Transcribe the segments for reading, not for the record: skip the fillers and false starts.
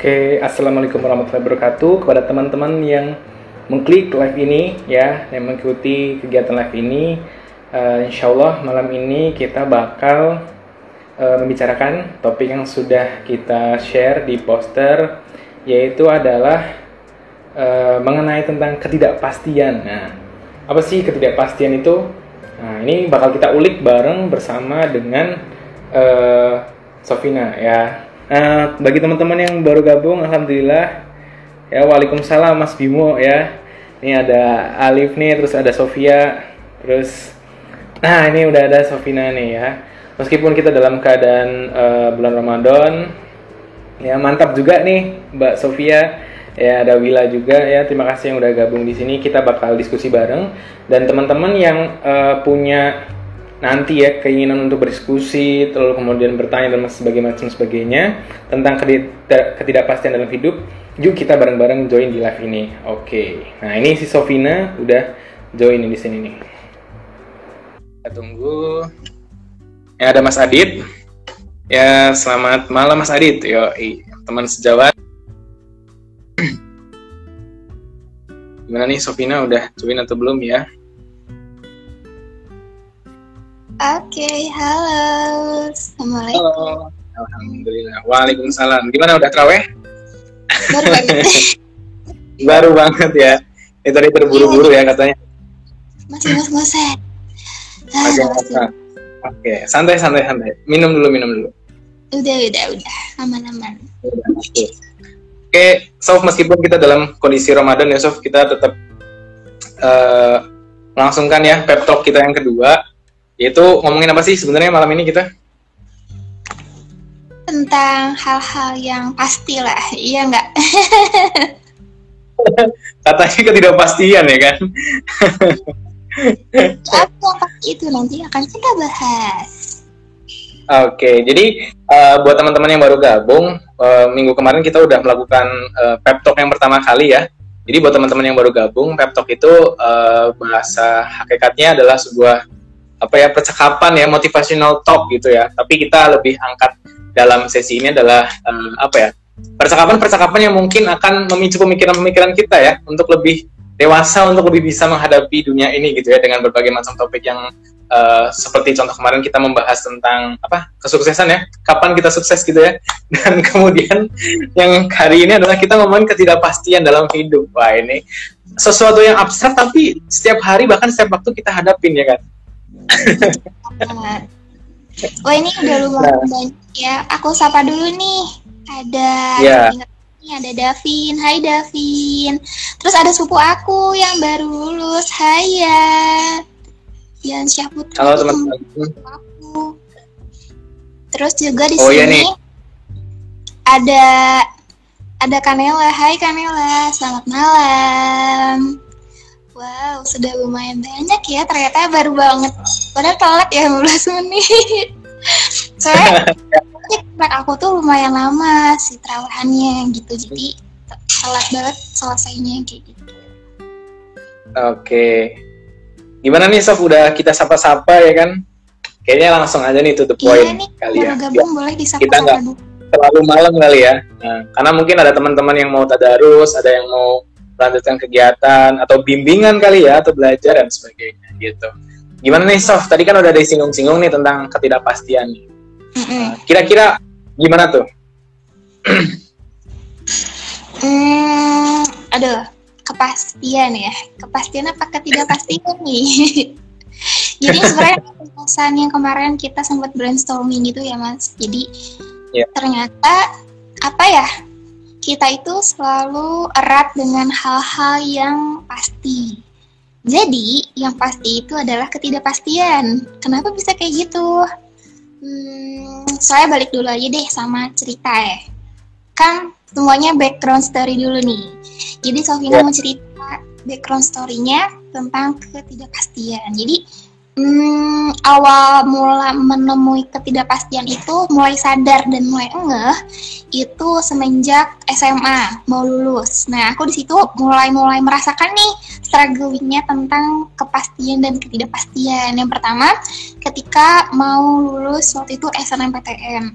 Oke, assalamualaikum warahmatullahi wabarakatuh kepada teman-teman yang mengklik live ini ya, yang mengikuti kegiatan live ini. Insya Allah malam ini kita bakal membicarakan topik yang sudah kita share di poster, yaitu adalah mengenai tentang ketidakpastian. Nah, apa sih ketidakpastian itu? Nah, ini bakal kita ulik bareng bersama dengan Sofina ya. Bagi teman-teman yang baru gabung, alhamdulillah ya, waalaikumsalam Mas Bimo ya. Ini ada Alif nih, terus ada Sofia, terus nah ini udah ada Sofina nih ya. Meskipun kita dalam keadaan bulan Ramadan ya, mantap juga nih Mbak Sofia ya, ada Wila juga ya. Terima kasih yang udah gabung di sini. Kita bakal diskusi bareng, dan teman-teman yang punya nanti ya keinginan untuk berdiskusi, terus kemudian bertanya dan sebagainya tentang ketidakpastian dalam hidup, yuk kita bareng-bareng join di live ini. Oke. Nah, ini si Sofina udah join di sini nih. Kita tunggu. Ya, ada Mas Adit. Ya, selamat malam Mas Adit. Yo, teman sejawat. Gimana nih Sofina, udah join atau belum ya? Oke, halo. Assalamualaikum. Halo. Alhamdulillah. Waalaikumsalam. Gimana, udah terawih? Baru banget. Baru banget ya. Ini tadi terburu-buru ya katanya. Masih ngos-ngosan. Masih ngos-ngosan. Oke, santai. Minum dulu. Udah. Aman-aman. Oke, Sof, meskipun kita dalam kondisi Ramadan ya, Sof, kita tetap langsungkan ya pep talk kita yang kedua. Yaitu ngomongin apa sih sebenarnya malam ini kita? Tentang hal-hal yang pasti lah, iya nggak? Katanya ketidakpastian ya kan? Apa yang pasti itu nanti akan kita bahas. Oke, jadi buat teman-teman yang baru gabung, minggu kemarin kita udah melakukan pep talk yang pertama kali ya. Jadi buat teman-teman yang baru gabung, pep talk itu bahasa hakikatnya adalah sebuah percakapan ya, motivational talk gitu ya. Tapi kita lebih angkat dalam sesi ini adalah percakapan yang mungkin akan memicu pemikiran-pemikiran kita ya, untuk lebih dewasa, untuk lebih bisa menghadapi dunia ini gitu ya, dengan berbagai macam topik yang seperti contoh kemarin kita membahas tentang kesuksesan ya, kapan kita sukses gitu ya. Dan kemudian yang hari ini adalah kita ngomongin ketidakpastian dalam hidup. Wah, ini sesuatu yang abstrak tapi setiap hari bahkan setiap waktu kita hadapin ya kan. Wah, ini udah lumayan banyak ya. Aku sapa dulu nih. Ada ada Davin. Hai Davin. Terus ada sepupu aku yang baru lulus. Hai ya. Yan Syahputra. Halo teman-teman. Terus juga di sini ada Kanela. Hai Kanela. Selamat malam. Wow, sudah lumayan banyak ya, ternyata baru banget. Padahal telat ya 15 menit. Soalnya track aku tuh lumayan lama sih terawahannya gitu, jadi telat banget selesainya kayak gitu. Oke. Gimana nih Sof, udah kita sapa-sapa ya kan? Kayaknya langsung aja nih to the point kali ya. Baru gabung boleh disapa-sapa kita nggak terlalu malam kali ya. Nah, karena mungkin ada teman-teman yang mau tadarus, ada yang mau melanjutkan kegiatan atau bimbingan kali ya, atau belajar dan sebagainya gitu. Gimana nih Sof? Tadi kan udah ada singgung-singgung nih tentang ketidakpastian nih. Kira-kira gimana tuh? Aduh, kepastian ya. Kepastian apa ketidakpastian nih? Jadi sebenarnya pembahasan yang kemarin kita sempat brainstorming gitu ya Mas. Jadi ternyata kita itu selalu erat dengan hal-hal yang pasti. Jadi, yang pasti itu adalah ketidakpastian. Kenapa bisa kayak gitu? Saya balik dulu aja deh sama cerita ya. Kan semuanya background story dulu nih. Jadi, Sofina mau cerita background story-nya tentang ketidakpastian. Jadi, awal mula menemui ketidakpastian itu mulai sadar dan mulai ngeh itu semenjak SMA mau lulus. Nah, aku di situ mulai merasakan nih strugglingnya tentang kepastian dan ketidakpastian. Yang pertama, ketika mau lulus waktu itu SNMPTN.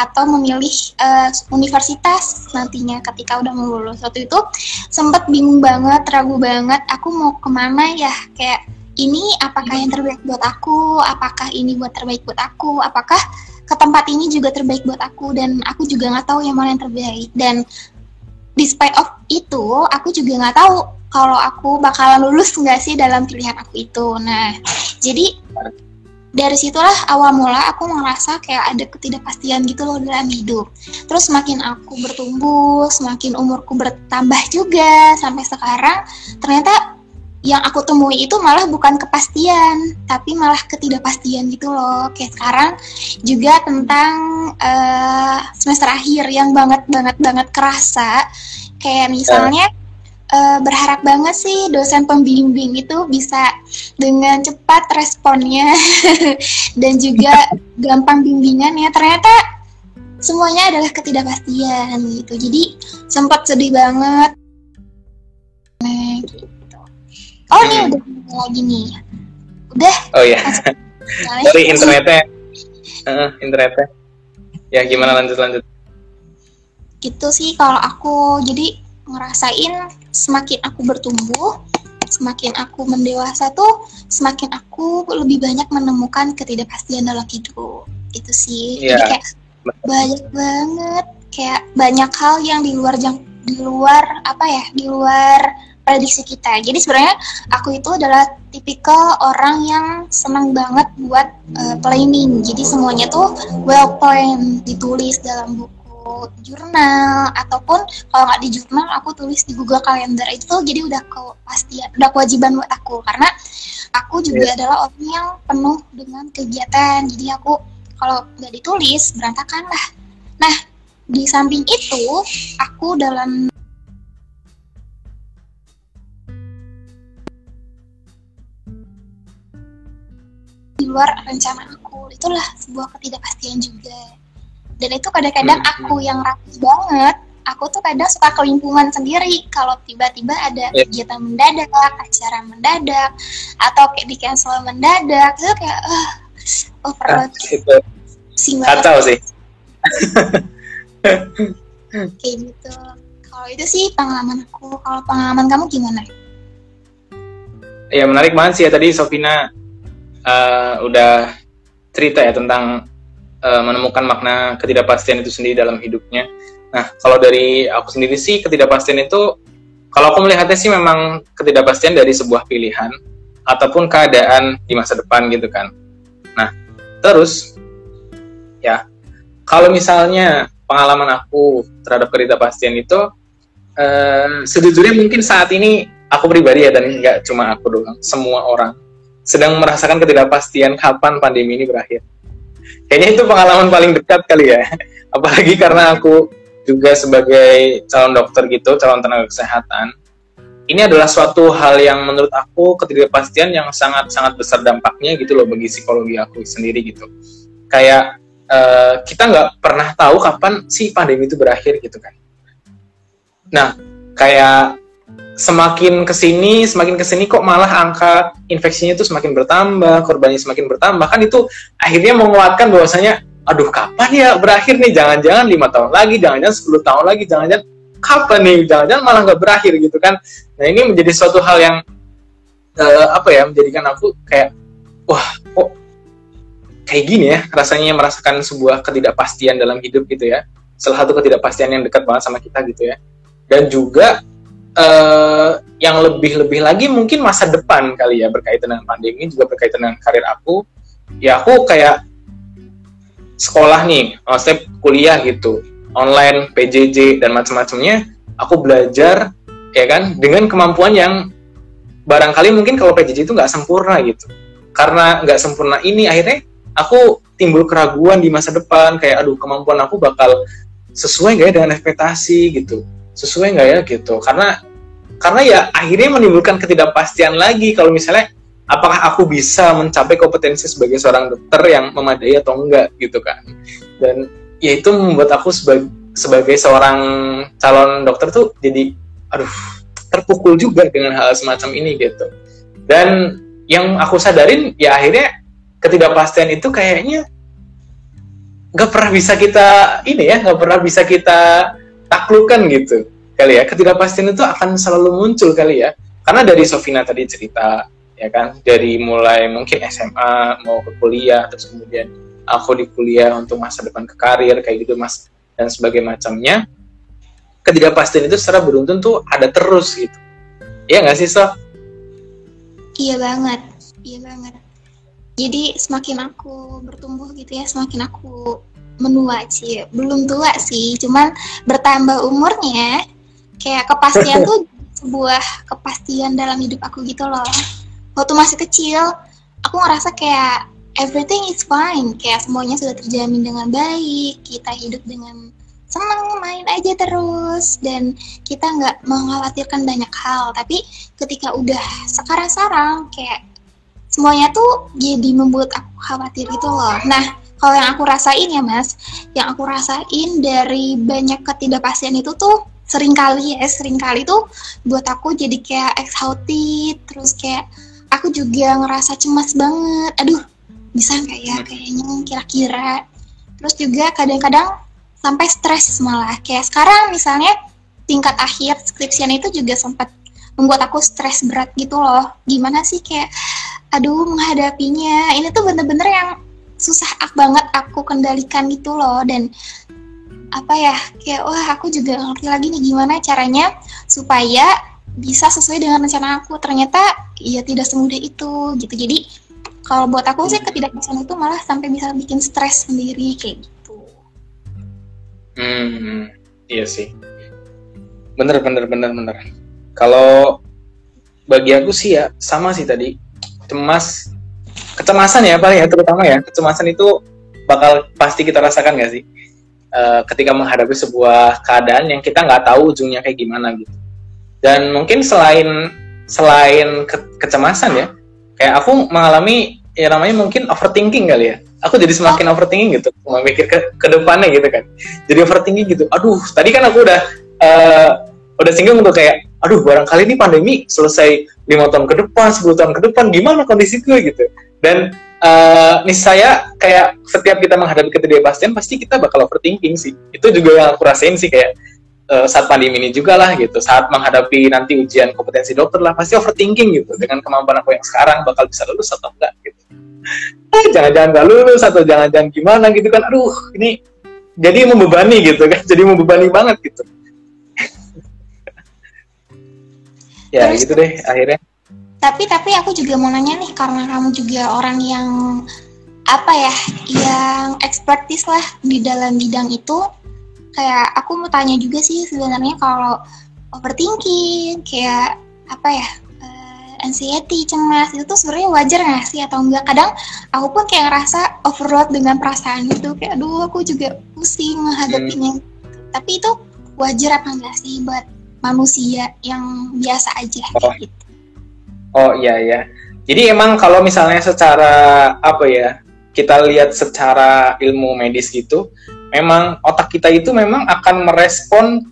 atau memilih universitas nantinya ketika udah mau lulus. Waktu itu sempet bingung banget, ragu banget, aku mau kemana ya, kayak ini apakah yang terbaik buat aku, apakah ini buat terbaik buat aku, apakah ke tempat ini juga terbaik buat aku, dan aku juga nggak tahu yang mana yang terbaik. Dan despite of itu, aku juga nggak tahu kalau aku bakalan lulus nggak sih dalam pilihan aku itu. Nah, jadi dari situlah awal mula aku merasa kayak ada ketidakpastian gitu loh dalam hidup. Terus semakin aku bertumbuh, semakin umurku bertambah juga, sampai sekarang ternyata yang aku temui itu malah bukan kepastian, tapi malah ketidakpastian gitu loh. Kayak sekarang juga tentang semester akhir yang banget kerasa. Kayak misalnya berharap banget sih dosen pembimbing itu bisa dengan cepat responnya dan juga gampang bimbingannya. Ternyata semuanya adalah ketidakpastian gitu. Jadi sempat sedih banget. Nah, gitu. Oh, ini udah lagi nih. Udah. Oh iya. Dari internetnya. Ya, gimana lanjut? Gitu sih kalau aku. Jadi ngerasain semakin aku bertumbuh, semakin aku mendewasa tuh, semakin aku lebih banyak menemukan ketidakpastian dalam hidup. Itu sih. Yeah. Jadi kayak banyak banget, kayak banyak hal yang di luar prediksi kita. Jadi sebenarnya aku itu adalah tipikal orang yang senang banget buat planning. Jadi semuanya tuh well planned, ditulis dalam buku jurnal, ataupun kalau nggak di jurnal aku tulis di Google Calendar. Itu jadi udah kewajiban buat aku, karena aku juga adalah orang yang penuh dengan kegiatan. Jadi aku kalau nggak ditulis berantakan lah. Nah, di samping itu aku dalam luar rencana aku, itulah sebuah ketidakpastian juga. Dan itu kadang-kadang aku yang rapi banget, aku tuh kadang suka kelimpungan sendiri kalau tiba-tiba ada kegiatan mendadak, acara mendadak, atau kayak di cancel mendadak, itu kayak overload. Kacau sih. Kayak gitu. Kalau itu sih pengalaman aku. Kalau pengalaman kamu gimana? Ya menarik banget sih ya tadi Sofina udah cerita ya tentang menemukan makna ketidakpastian itu sendiri dalam hidupnya. Nah, kalau dari aku sendiri sih ketidakpastian itu, kalau aku melihatnya sih memang ketidakpastian dari sebuah pilihan ataupun keadaan di masa depan gitu kan. Nah, terus ya kalau misalnya pengalaman aku terhadap ketidakpastian itu sejujurnya mungkin saat ini aku pribadi ya, dan nggak cuma aku doang, semua orang sedang merasakan ketidakpastian kapan pandemi ini berakhir. Kayaknya itu pengalaman paling dekat kali ya. Apalagi karena aku juga sebagai calon dokter gitu, calon tenaga kesehatan. Ini adalah suatu hal yang menurut aku ketidakpastian yang sangat-sangat besar dampaknya gitu loh bagi psikologi aku sendiri gitu. Kayak kita nggak pernah tahu kapan sih pandemi itu berakhir gitu kan. Nah, kayak semakin kesini kok malah angka infeksinya itu semakin bertambah, korbannya semakin bertambah, kan itu akhirnya menguatkan bahwasanya aduh kapan ya berakhir nih, jangan-jangan 5 tahun lagi, jangan-jangan 10 tahun lagi, jangan-jangan kapan nih, jangan-jangan malah nggak berakhir gitu kan. Nah ini menjadi suatu hal yang menjadikan aku kayak wah kok kayak gini ya rasanya merasakan sebuah ketidakpastian dalam hidup gitu ya, salah satu ketidakpastian yang dekat banget sama kita gitu ya. Dan juga yang lebih lagi mungkin masa depan kali ya, berkaitan dengan pandemi, juga berkaitan dengan karir aku. Ya aku kayak sekolah nih, maksudnya kuliah gitu, online, PJJ dan macam-macamnya, aku belajar ya kan dengan kemampuan yang barangkali mungkin kalau PJJ itu nggak sempurna gitu. Karena nggak sempurna ini akhirnya aku timbul keraguan di masa depan, kayak aduh kemampuan aku bakal sesuai nggak ya dengan ekspektasi gitu, sesuai nggak ya gitu, karena ya akhirnya menimbulkan ketidakpastian lagi kalau misalnya apakah aku bisa mencapai kompetensi sebagai seorang dokter yang memadai atau enggak gitu kan. Dan ya itu membuat aku sebagai seorang calon dokter tuh jadi aduh terpukul juga dengan hal semacam ini gitu. Dan yang aku sadarin ya akhirnya ketidakpastian itu kayaknya nggak pernah bisa kita nggak pernah bisa kita taklukkan gitu kali ya. Ketidakpastian itu akan selalu muncul kali ya, karena dari Sofina tadi cerita ya kan, dari mulai mungkin SMA mau ke kuliah, terus kemudian aku di kuliah untuk masa depan ke karir kayak gitu mas, dan sebagainya macamnya. Ketidakpastian itu secara beruntun tuh ada terus gitu. Iya nggak sih, Sof? Iya banget, iya banget. Jadi semakin aku bertumbuh gitu ya, semakin aku menua sih. Belum tua sih, cuman bertambah umurnya, kayak kepastian tuh sebuah kepastian dalam hidup aku gitu loh. Waktu masih kecil, aku ngerasa kayak everything is fine, kayak semuanya sudah terjamin dengan baik, kita hidup dengan senang, main aja terus, dan kita nggak mengkhawatirkan banyak hal. Tapi ketika udah sekarang kayak semuanya tuh jadi membuat aku khawatir gitu loh. Nah, kalau yang aku rasain ya mas, yang aku rasain dari banyak ketidakpastian itu tuh seringkali tuh buat aku jadi kayak exhausted, terus kayak aku juga ngerasa cemas banget. Aduh, bisa nggak ya kayaknya kira-kira. Terus juga kadang-kadang sampai stres malah. Kayak sekarang misalnya tingkat akhir skripsian itu juga sempat membuat aku stres berat gitu loh. Gimana sih kayak, aduh menghadapinya. Ini tuh bener-bener yang susah banget aku kendalikan gitu loh. Dan apa ya, kayak wah aku juga ngerti lagi nih gimana caranya supaya bisa sesuai dengan rencana aku. Ternyata ya tidak semudah itu gitu. Jadi kalau buat aku sih ketidakpastian itu malah sampai bisa bikin stres sendiri kayak gitu. Iya sih. Bener. Kalau bagi aku sih ya sama sih tadi. Kecemasan ya paling ya, terutama ya. Kecemasan itu bakal pasti kita rasakan nggak sih? Ketika menghadapi sebuah keadaan yang kita nggak tahu ujungnya kayak gimana gitu. Dan mungkin selain kecemasan ya, kayak aku mengalami ya namanya mungkin overthinking kali ya. Aku jadi semakin overthinking gitu, memikir ke depannya gitu kan. Jadi overthinking gitu. Aduh, tadi kan aku udah singgung untuk kayak, aduh barangkali ini pandemi selesai 5 tahun ke depan, 10 tahun ke depan, gimana kondisiku gitu. Dan saya kayak setiap kita menghadapi ketidakpastian pasti kita bakal overthinking sih. Itu juga yang aku rasain sih kayak saat pandemi ini juga lah gitu. Saat menghadapi nanti ujian kompetensi dokter lah, pasti overthinking gitu. Dengan kemampuan aku yang sekarang bakal bisa lulus atau enggak gitu. Jangan-jangan gak lulus atau jangan-jangan gimana gitu kan. Aduh, ini jadi membebani gitu kan. Jadi membebani banget gitu. Ya terus, gitu deh akhirnya. Tapi aku juga mau nanya nih, karena kamu juga orang yang apa ya, yang expertise lah di dalam bidang itu. Kayak aku mau tanya juga sih sebenarnya, kalau overthinking kayak apa ya, anxiety, cemas, itu tuh sebenarnya wajar nggak sih atau enggak? Kadang aku pun kayak ngerasa overload dengan perasaan itu, kayak aduh aku juga pusing menghadapinya. Tapi itu wajar apa enggak sih buat manusia yang biasa aja gitu? Oh iya. Jadi emang kalau misalnya secara apa ya, kita lihat secara ilmu medis gitu, memang otak kita itu memang akan merespon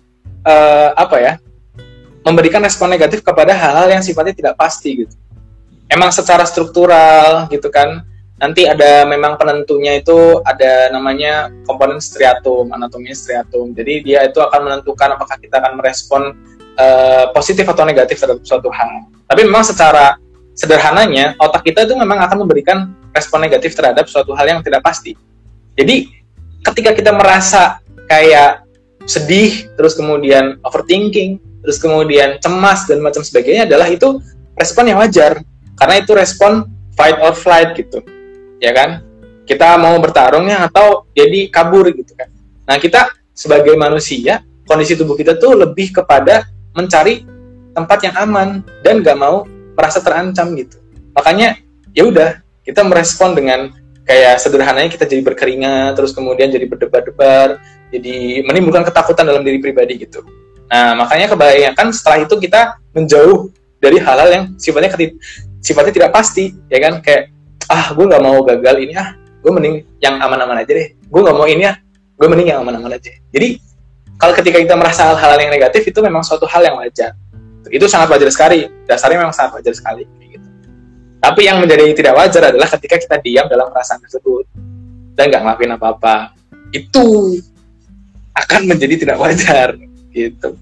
memberikan respon negatif kepada hal-hal yang sifatnya tidak pasti gitu. Emang secara struktural gitu kan. Nanti ada memang penentunya itu ada namanya komponen striatum, anatominya striatum. Jadi dia itu akan menentukan apakah kita akan merespon positif atau negatif terhadap suatu hal. Tapi memang secara sederhananya otak kita itu memang akan memberikan respon negatif terhadap suatu hal yang tidak pasti. Jadi ketika kita merasa kayak sedih, terus kemudian overthinking, terus kemudian cemas dan macam sebagainya, adalah itu respon yang wajar. Karena itu respon fight or flight gitu. Ya kan? Kita mau bertarungnya atau jadi kabur gitu kan. Nah, kita sebagai manusia, kondisi tubuh kita tuh lebih kepada mencari tempat yang aman dan gak mau merasa terancam gitu. Makanya ya udah, kita merespon dengan kayak sederhananya kita jadi berkeringat, terus kemudian jadi berdebar-debar, jadi menimbulkan ketakutan dalam diri pribadi gitu. Nah, makanya kebanyakan setelah itu kita menjauh dari hal-hal yang sifatnya tidak pasti, ya kan? Kayak, gue nggak mau gagal ini, gue mending yang aman-aman aja deh. Gue nggak mau ini gue mending yang aman-aman aja. Jadi, kalau ketika kita merasa hal-hal yang negatif, itu memang suatu hal yang wajar. Itu sangat wajar sekali. Dasarnya memang sangat wajar sekali. Gitu. Tapi yang menjadi tidak wajar adalah ketika kita diam dalam perasaan tersebut dan nggak ngelakuin apa-apa. itu akan menjadi tidak wajar gitu.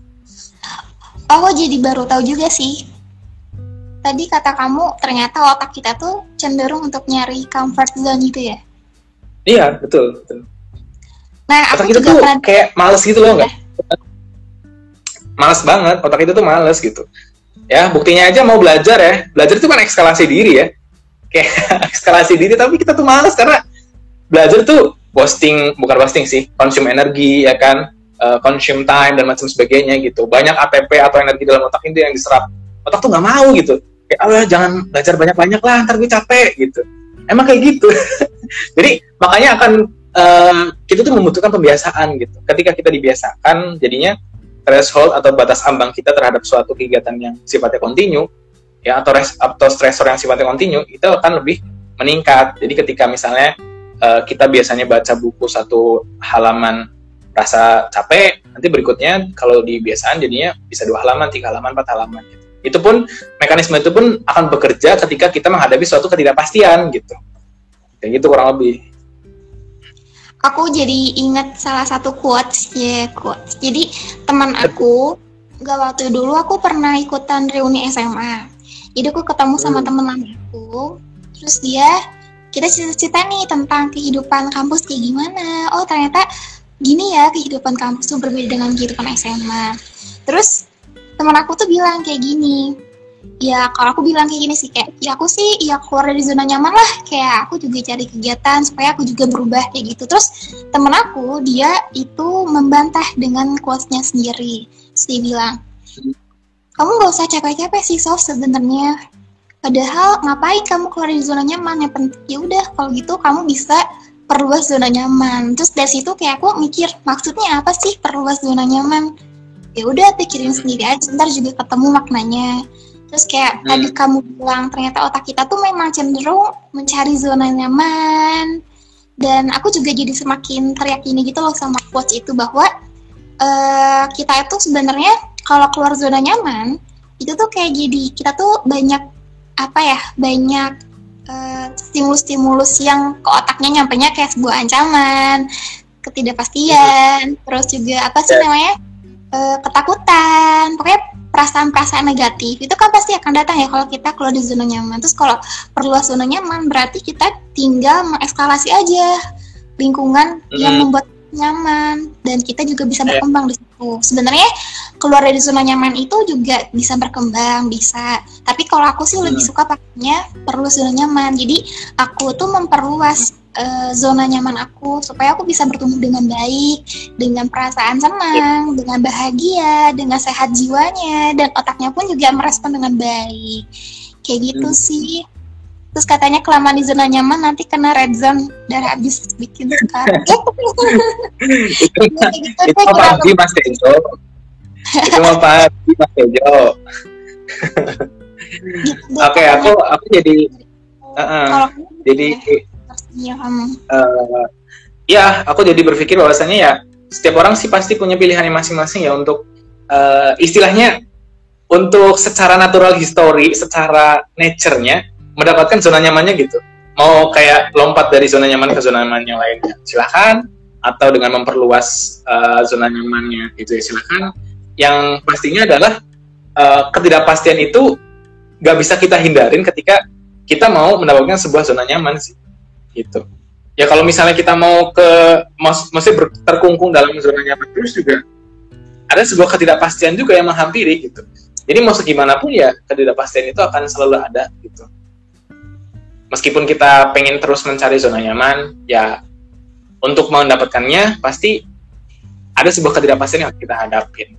Aku jadi baru tahu juga sih. Tadi kata kamu ternyata otak kita tuh cenderung untuk nyari comfort zone gitu ya? Iya, betul. Nah, otak aku itu juga tuh pernah kayak males gitu loh, nggak? Males banget, otak itu tuh males gitu. Ya, buktinya aja mau belajar ya. Belajar itu kan ekskalasi diri ya. Kayak ekskalasi diri, tapi kita tuh males karena belajar tuh bukan wasting sih, consume energi ya kan, consume time dan macam sebagainya gitu. Banyak ATP atau energi dalam otak itu yang diserap. Otak tuh nggak mau gitu. Kayak, jangan belajar banyak-banyak lah, ntar gue capek gitu. Emang kayak gitu. Jadi makanya akan kita tuh membutuhkan pembiasaan gitu. Ketika kita dibiasakan, jadinya threshold atau batas ambang kita terhadap suatu kegiatan yang sifatnya kontinu, ya atau stressor yang sifatnya kontinu, itu akan lebih meningkat. Jadi ketika misalnya kita biasanya baca buku 1 halaman rasa capek, nanti berikutnya kalau dibiasaan jadinya bisa 2 halaman, 3 halaman, 4 halaman gitu. Itu pun mekanisme itu pun akan bekerja ketika kita menghadapi suatu ketidakpastian gitu. Kayak gitu kurang lebih. Aku jadi ingat salah satu quotes. Jadi teman aku, waktu dulu aku pernah ikutan reuni SMA. Jadi aku ketemu sama teman lama aku, terus kita cerita nih tentang kehidupan kampus kayak gimana. Oh ternyata gini ya kehidupan kampus tuh berbeda dengan kehidupan SMA. Terus teman aku tuh bilang kayak gini, ya kalau aku bilang kayak gini sih kayak, ya aku sih ya keluar dari zona nyaman lah, kayak aku juga cari kegiatan supaya aku juga berubah kayak gitu. Terus temen aku dia itu membantah dengan quotes-nya sendiri. Terus dia bilang, kamu gak usah capek-capek sih Sof sebenarnya. Padahal ngapain kamu keluar dari zona nyaman? Yang penting ya udah kalau gitu kamu bisa perluas zona nyaman. Terus dari situ kayak aku mikir maksudnya apa sih perluas zona nyaman? Ya udah pikirin sendiri aja, ntar juga ketemu maknanya. Terus kayak tadi kamu bilang ternyata otak kita tuh memang cenderung mencari zona nyaman. Dan aku juga jadi semakin teryakini gitu loh sama quotes itu bahwa kita itu sebenarnya kalau keluar zona nyaman itu tuh kayak jadi kita tuh banyak stimulus-stimulus yang ke otaknya nyampenya kayak sebuah ancaman, ketidakpastian, terus juga ketakutan, pokoknya perasaan-perasaan negatif itu kan pasti akan datang ya kalau kita keluar di zona nyaman. Terus kalau perluas zona nyaman berarti kita tinggal mengekskalasi aja lingkungan yang membuat nyaman dan kita juga bisa berkembang di situ. Sebenarnya keluar dari zona nyaman itu juga bisa berkembang, bisa. Tapi kalau aku sih lebih suka pakainya perluas zona nyaman. Jadi aku tuh memperluas zona nyaman aku supaya aku bisa bertumbuh dengan baik, dengan perasaan senang, dengan bahagia, dengan sehat jiwanya, dan otaknya pun juga merespon dengan baik. Kayak gitu sih. Terus katanya kelamaan di zona nyaman nanti kena red zone, darah habis bikin sekarang. Itu apa lagi Mas Tejo? Itu apa lagi Mas Tejo? Oke, aku jadi aku jadi berpikir bahwasannya ya setiap orang sih pasti punya pilihannya masing-masing ya untuk istilahnya untuk secara natural history, secara nature-nya mendapatkan zona nyamannya gitu. Mau kayak lompat dari zona nyaman ke zona nyaman yang lainnya, silahkan. Atau dengan memperluas zona nyamannya gitu ya silahkan. Yang pastinya adalah ketidakpastian itu gak bisa kita hindarin ketika kita mau mendapatkan sebuah zona nyaman sih. Gitu. Ya kalau misalnya kita mau maksudnya terkungkung dalam zona nyaman terus juga ada sebuah ketidakpastian juga yang menghampiri gitu. Jadi mau segimanapun ya ketidakpastian itu akan selalu ada gitu. Meskipun kita pengen terus mencari zona nyaman, ya untuk mendapatkannya pasti ada sebuah ketidakpastian yang kita hadapin.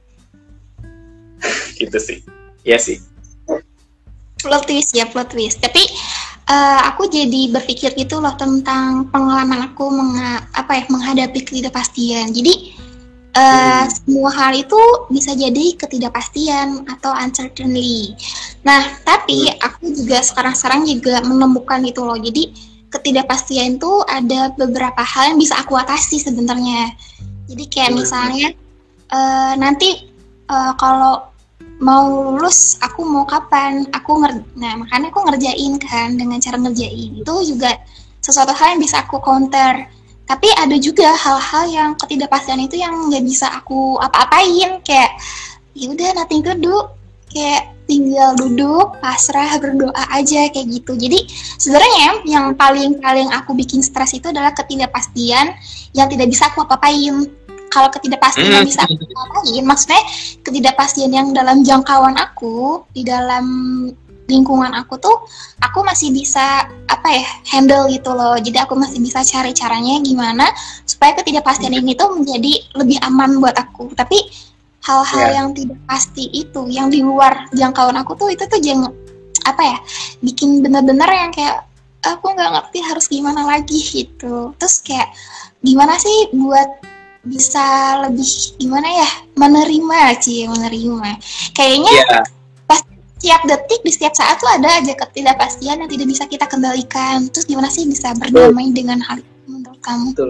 Gitu sih. Iya sih. Plot twist. Tapi aku jadi berpikir gitu loh tentang pengalaman aku menghadapi ketidakpastian. Jadi semua hal itu bisa jadi ketidakpastian atau uncertainty. Nah, tapi aku juga sekarang juga menemukan gitu loh. Jadi ketidakpastian itu ada beberapa hal yang bisa aku atasi sebenarnya. Jadi kayak misalnya nanti kalau mau lulus aku mau kapan, makanya aku ngerjain kan, dengan cara ngerjain itu juga sesuatu hal yang bisa aku counter. Tapi ada juga hal-hal yang ketidakpastian itu yang nggak bisa aku apa-apain, kayak ya udah nothing to do, kayak tinggal duduk pasrah berdoa aja kayak gitu. Jadi sebenarnya yang paling aku bikin stres itu adalah ketidakpastian yang tidak bisa aku apa-apain. Kalau ketidakpastian yang bisa aku apa-apain, maksudnya ketidakpastian yang dalam jangkauan aku, di dalam lingkungan aku tuh, aku masih bisa handle gitu loh. Jadi aku masih bisa cari caranya gimana supaya ketidakpastian ini tuh menjadi lebih aman buat aku. Tapi hal-hal yang tidak pasti itu, yang di luar jangkauan aku tuh, itu tuh jangan bikin bener-bener yang kayak aku nggak ngerti harus gimana lagi gitu. Terus kayak gimana sih buat bisa lebih menerima kayaknya pas setiap detik di setiap saat tuh ada aja ketidakpastian yang tidak bisa kita kendalikan. Terus gimana sih bisa berdamai dengan hal itu menurut kamu? Betul.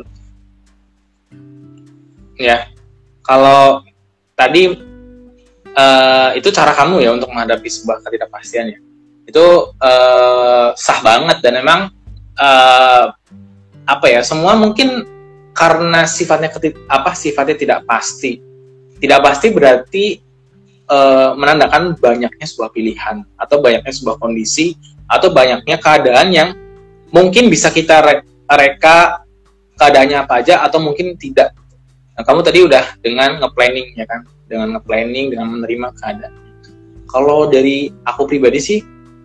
Ya, kalau tadi itu cara kamu ya untuk menghadapi sebuah ketidakpastian ya, itu sah banget. Dan memang semua mungkin karena sifatnya tidak pasti. Tidak pasti berarti menandakan banyaknya sebuah pilihan, atau banyaknya sebuah kondisi, atau banyaknya keadaan yang mungkin bisa kita reka keadaannya apa aja, atau mungkin tidak. Nah, kamu tadi udah dengan nge-planning ya kan, dengan menerima keadaan. Kalau dari aku pribadi sih,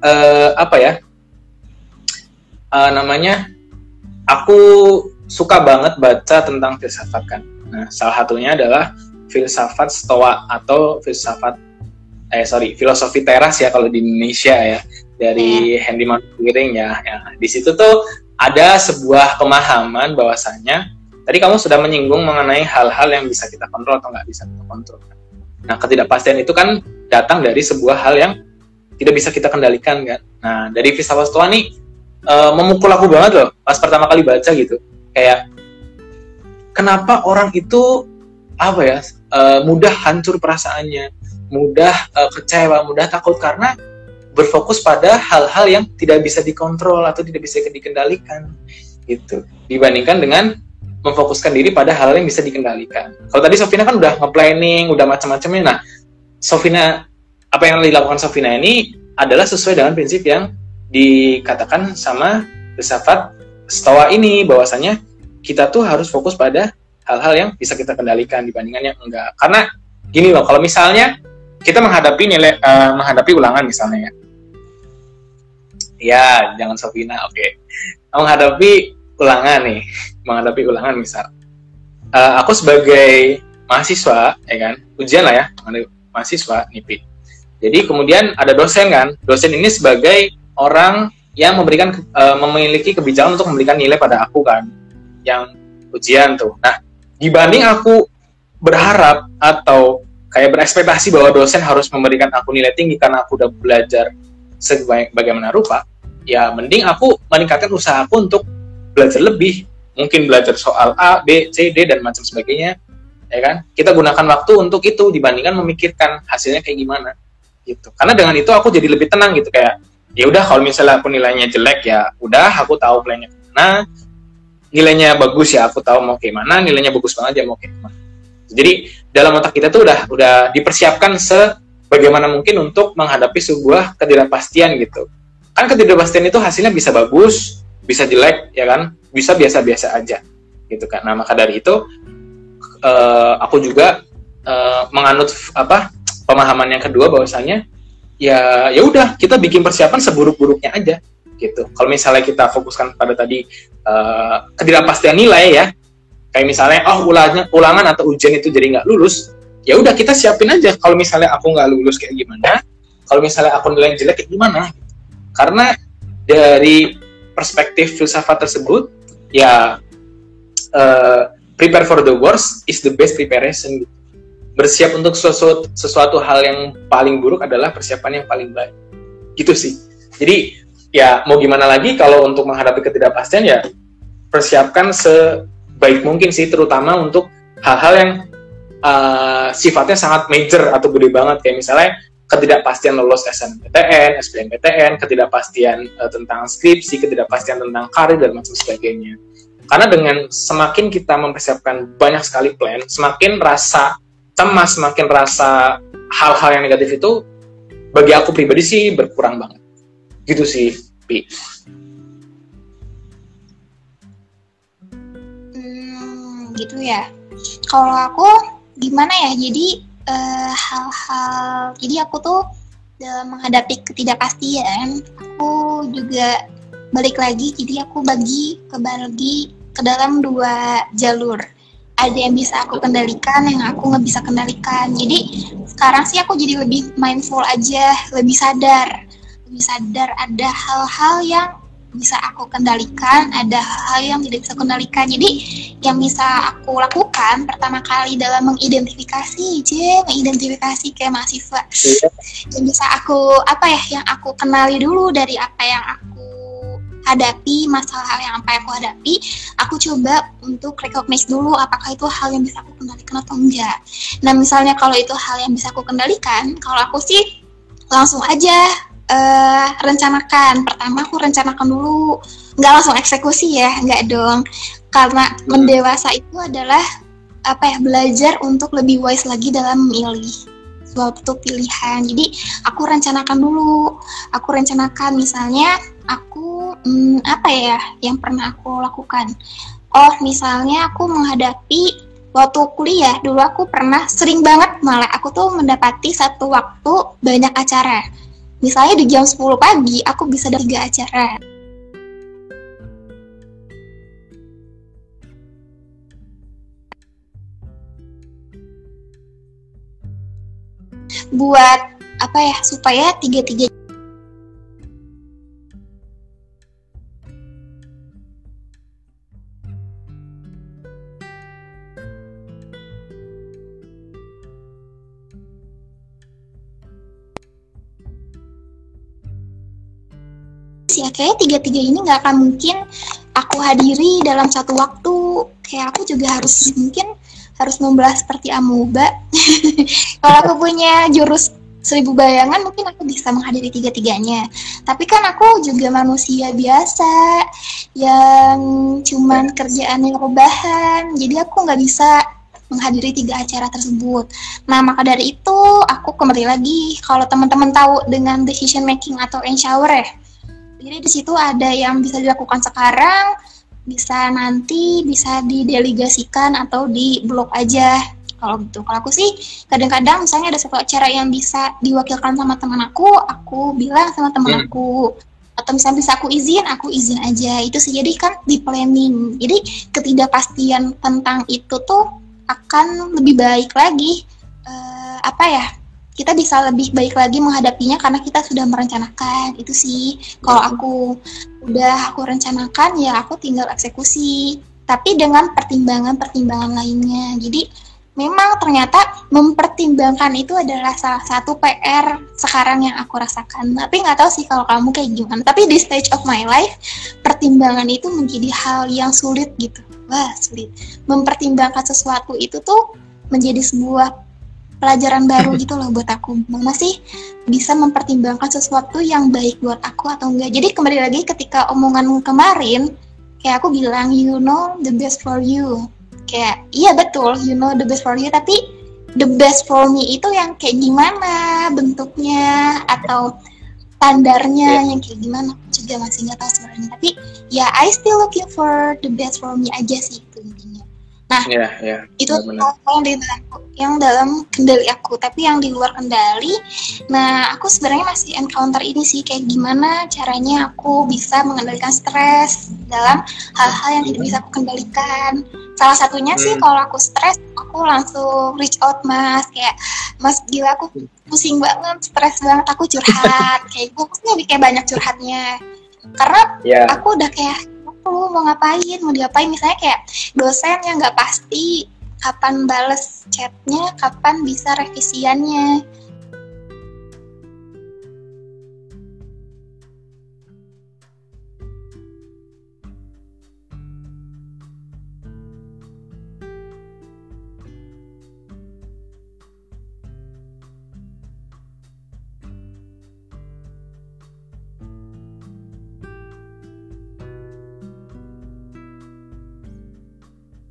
aku suka banget baca tentang filsafat kan. Nah, salah satunya adalah filsafat Stoa atau filosofi teras ya kalau di Indonesia ya, dari Henry Mankiewicz ya. Di situ tuh ada sebuah pemahaman bahwasanya tadi kamu sudah menyinggung mengenai hal-hal yang bisa kita kontrol atau nggak bisa kita kontrol. Nah, ketidakpastian itu kan datang dari sebuah hal yang tidak bisa kita kendalikan kan. Nah, dari filsafat Stoa nih memukul aku banget loh pas pertama kali baca gitu. Kayak kenapa orang itu mudah hancur perasaannya, mudah kecewa, mudah takut karena berfokus pada hal-hal yang tidak bisa dikontrol atau tidak bisa dikendalikan gitu, dibandingkan dengan memfokuskan diri pada hal yang bisa dikendalikan. Kalau tadi Sofina kan udah nge-planning, udah macam-macamnya. Nah, Sofina, apa yang dilakukan Sofina ini adalah sesuai dengan prinsip yang dikatakan sama filsafat Stoa ini, bahwasanya kita tuh harus fokus pada hal-hal yang bisa kita kendalikan dibandingkan yang enggak. Karena gini loh, kalau misalnya kita menghadapi ulangan misalnya ya jangan Sofina, oke. Menghadapi ulangan misal. Aku sebagai mahasiswa, ya kan, ujian lah ya, mahasiswa NIPI. Jadi kemudian ada dosen kan, dosen ini sebagai orang yang memiliki kebijakan untuk memberikan nilai pada aku kan, yang ujian tuh. Nah, dibanding aku berharap atau kayak berekspektasi bahwa dosen harus memberikan aku nilai tinggi karena aku udah belajar bagaimana rupa, ya mending aku meningkatkan usaha aku untuk belajar lebih, mungkin belajar soal A, B, C, D dan macam sebagainya, ya kan? Kita gunakan waktu untuk itu dibandingkan memikirkan hasilnya kayak gimana, gitu. Karena dengan itu aku jadi lebih tenang gitu, kayak ya udah kalau misalnya aku nilainya jelek ya udah aku tahu plannya kemana, nilainya bagus ya aku tahu mau kayak mana, nilainya bagus banget ya mau kayak mana. Jadi dalam otak kita tuh udah dipersiapkan sebagaimana mungkin untuk menghadapi sebuah ketidakpastian gitu. Kan ketidakpastian itu hasilnya bisa bagus, bisa jelek ya kan, bisa biasa-biasa aja gitu kan. Nah, maka dari itu aku juga menganut pemahaman yang kedua, bahwasanya ya udah kita bikin persiapan seburuk-buruknya aja gitu. Kalau misalnya kita fokuskan pada tadi ketidakpastian nilai ya, kayak misalnya ulangan atau ujian itu jadi nggak lulus, ya udah kita siapin aja kalau misalnya aku nggak lulus kayak gimana, kalau misalnya aku nilai jelek kayak gimana. Karena dari perspektif filsafat tersebut ya prepare for the worst is the best preparation gitu. Bersiap untuk sesuatu hal yang paling buruk adalah persiapan yang paling baik. Gitu sih. Jadi, ya mau gimana lagi kalau untuk menghadapi ketidakpastian ya persiapkan sebaik mungkin sih, terutama untuk hal-hal yang sifatnya sangat major atau gede banget. Kayak misalnya ketidakpastian lolos SNMPTN, SBMPTN, ketidakpastian tentang skripsi, ketidakpastian tentang karir, dan macam sebagainya. Karena dengan semakin kita mempersiapkan banyak sekali plan, semakin rasa cemas, semakin rasa hal-hal yang negatif itu bagi aku pribadi sih berkurang banget. Gitu sih, Pi. Gitu ya. Kalau aku gimana ya? Jadi hal-hal, jadi aku tuh dalam menghadapi ketidakpastian, aku juga balik lagi. Jadi aku bagi ke dalam dua jalur. Ada yang bisa aku kendalikan, yang aku nggak bisa kendalikan. Jadi sekarang sih aku jadi lebih mindful aja, lebih sadar ada hal-hal yang bisa aku kendalikan, ada hal yang tidak bisa kendalikan. Jadi yang bisa aku lakukan pertama kali dalam mengidentifikasi kayak mahasiswa, yang bisa aku yang aku kenali dulu dari apa yang aku hadapi, masalah yang apa yang aku hadapi, aku coba untuk recognize dulu apakah itu hal yang bisa aku kendalikan atau enggak. Nah misalnya kalau itu hal yang bisa aku kendalikan, kalau aku sih langsung aja rencanakan. Pertama aku rencanakan dulu, nggak langsung eksekusi ya, nggak dong. Karena mendewasa itu adalah belajar untuk lebih wise lagi dalam memilih suatu pilihan. Jadi aku rencanakan dulu. Aku rencanakan misalnya aku yang pernah aku lakukan. Oh misalnya aku menghadapi waktu kuliah dulu, aku pernah sering banget malah aku tuh mendapati satu waktu banyak acara. Misalnya di jam 10 pagi aku bisa ada 3 acara. Buat supaya tiga-tiga ya, kayak tiga-tiga ini nggak akan mungkin aku hadiri dalam satu waktu. Kayak aku juga harus membelah seperti amuba. Kalau aku punya jurus 1000 bayangan mungkin aku bisa menghadiri tiga-tiganya. Tapi kan aku juga manusia biasa yang cuman kerjaannya rebahan, jadi aku nggak bisa menghadiri 3 acara tersebut. Nah maka dari itu aku kembali lagi, kalau teman-teman tahu dengan decision making atau Eisenhower ya, jadi di situ ada yang bisa dilakukan sekarang, bisa nanti, bisa didelegasikan atau di blok aja. Kalau gitu. Kalau aku sih kadang-kadang misalnya ada satu acara yang bisa diwakilkan sama teman aku bilang sama teman aku. Atau misalnya bisa aku izin aja. Itu sih, jadi kan di planning. Jadi ketidakpastian tentang itu tuh akan lebih baik lagi. Kita bisa lebih baik lagi menghadapinya karena kita sudah merencanakan. Itu sih, kalau aku rencanakan ya aku tinggal eksekusi, tapi dengan pertimbangan lainnya. Jadi memang ternyata mempertimbangkan itu adalah salah satu PR sekarang yang aku rasakan. Tapi nggak tahu sih kalau kamu kayak gimana, tapi di stage of my life pertimbangan itu menjadi hal yang sulit gitu. Wah sulit, mempertimbangkan sesuatu itu tuh menjadi sebuah pelajaran baru gitu loh buat aku. Masih bisa mempertimbangkan sesuatu yang baik buat aku atau enggak. Jadi kembali lagi ketika omongan kemarin, kayak aku bilang you know the best for you. Kayak iya betul, you know the best for you, tapi the best for me itu yang kayak gimana bentuknya atau standarnya yang kayak gimana aku juga masih nggak tahu sebenarnya. Tapi ya I still looking for the best for me aja sih itu intinya. Nah, itu yang dalam kendali aku, tapi yang di luar kendali, nah aku sebenarnya masih encounter ini sih, kayak gimana caranya aku bisa mengendalikan stres dalam hal-hal yang tidak bisa aku kendalikan. Salah satunya sih kalau aku stres, aku langsung reach out Mas, kayak Mas gila aku pusing banget, stres banget, aku curhat, kayak gue kayak banyak curhatnya, karena aku udah kayak mau ngapain, mau diapain, misalnya kayak dosen yang nggak pasti kapan bales chatnya, kapan bisa revisiannya.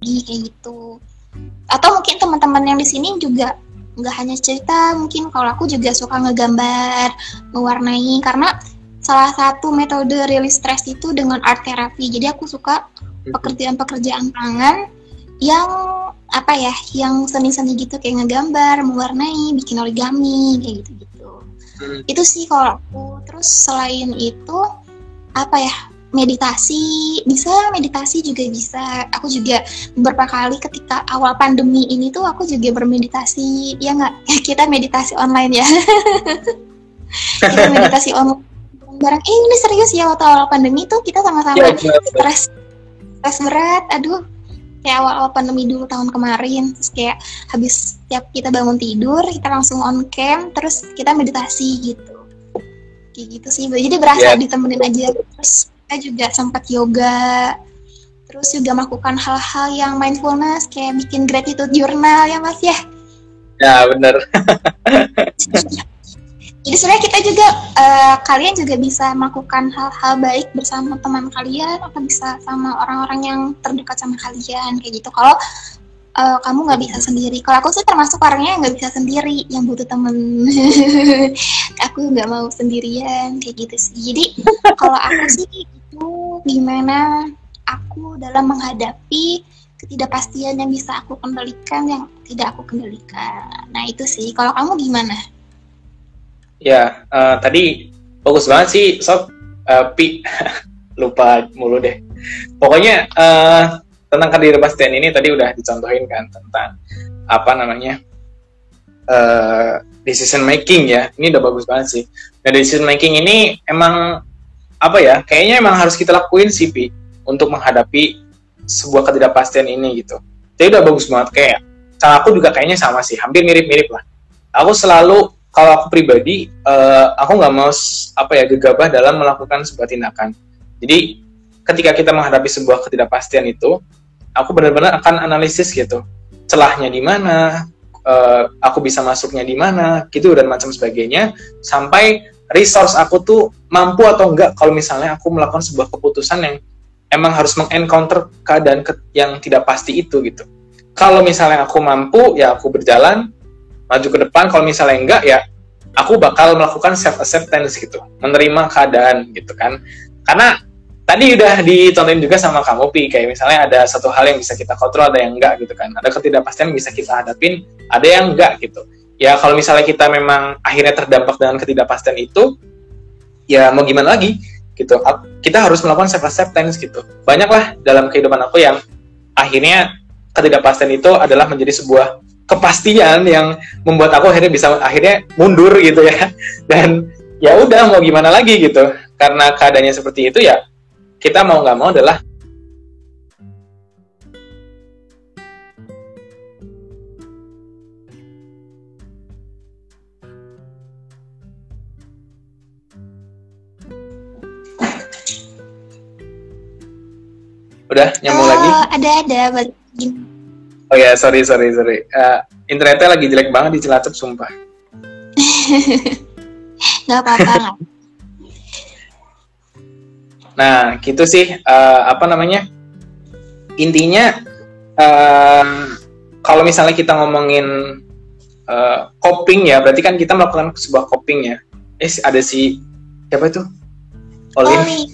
lagi kayak gitu. Atau mungkin teman-teman yang di sini juga nggak hanya cerita, mungkin kalau aku juga suka ngegambar, mewarnai, karena salah satu metode rilis stres itu dengan art therapy. Jadi aku suka pekerjaan-pekerjaan tangan yang apa ya, yang seni-seni gitu, kayak ngegambar, mewarnai, bikin origami kayak gitu-gitu. Itu sih kalau aku. Terus selain itu apa ya, meditasi juga bisa. Aku juga beberapa kali ketika awal pandemi ini tuh aku juga bermeditasi, ya nggak? Kita meditasi online ya. Kita meditasi online bareng. Ini serius ya, waktu awal pandemi tuh kita sama-sama stres berat. Aduh, kayak awal pandemi dulu tahun kemarin. Terus kayak habis tiap kita bangun tidur, kita langsung on cam, terus kita meditasi gitu. Kayak gitu sih. Jadi berasa ditemenin aja. Terus kita juga sempat yoga, terus juga melakukan hal-hal yang mindfulness kayak bikin gratitude journal ya Mas ya. Ya benar. Jadi sebenarnya kita juga kalian juga bisa melakukan hal-hal baik bersama teman kalian atau bisa sama orang-orang yang terdekat sama kalian kayak gitu. Kalau kamu nggak bisa sendiri. Kalau aku sih termasuk orangnya yang nggak bisa sendiri, yang butuh temen. Aku nggak mau sendirian kayak gitu sih. Jadi kalau aku sih itu gimana aku dalam menghadapi ketidakpastian yang bisa aku kendalikan, yang tidak aku kendalikan. Nah itu sih. Kalau kamu gimana? Ya, tadi bagus banget sih Sob. Pi lupa mulu deh. Pokoknya tentang ketidakpastian ini tadi udah dicontohin kan, tentang apa namanya decision making ya. Ini udah bagus banget sih. Nah, decision making ini emang apa ya, kayaknya emang harus kita lakuin sih Pi, untuk menghadapi sebuah ketidakpastian ini gitu. Jadi udah bagus banget. Kayak cara aku juga kayaknya sama sih, hampir mirip-mirip lah. Aku selalu, kalau aku pribadi, aku nggak mau gegabah dalam melakukan sebuah tindakan. Jadi ketika kita menghadapi sebuah ketidakpastian itu, aku benar-benar akan analisis gitu, celahnya di mana, aku bisa masuknya di mana, gitu dan macam sebagainya, sampai resource aku tuh mampu atau enggak kalau misalnya aku melakukan sebuah keputusan yang emang harus mengencounter keadaan yang tidak pasti itu gitu. Kalau misalnya aku mampu, ya aku berjalan maju ke depan. Kalau misalnya enggak, ya aku bakal melakukan self acceptance gitu, menerima keadaan gitu kan. Karena tadi udah dicontohin juga sama kamu Pi, kayak misalnya ada satu hal yang bisa kita kontrol, ada yang enggak gitu kan. Ada ketidakpastian yang bisa kita hadapin, ada yang enggak gitu. Ya kalau misalnya kita memang akhirnya terdampak dengan ketidakpastian itu, ya mau gimana lagi gitu. Kita harus melakukan self acceptance gitu. Banyaklah dalam kehidupan aku yang akhirnya ketidakpastian itu adalah menjadi sebuah kepastian yang membuat aku akhirnya mundur gitu ya. Dan ya udah mau gimana lagi gitu. Karena keadaannya seperti itu, ya kita mau nggak mau adalah udah nyambung lagi. Ada balik. Oh ya, sorry. Internetnya lagi jelek banget di Cilacap, sumpah. Nggak apa-apa. Nah, gitu sih, intinya, kalau misalnya kita ngomongin coping ya, berarti kan kita melakukan sebuah coping ya. Ada siapa itu? Olin.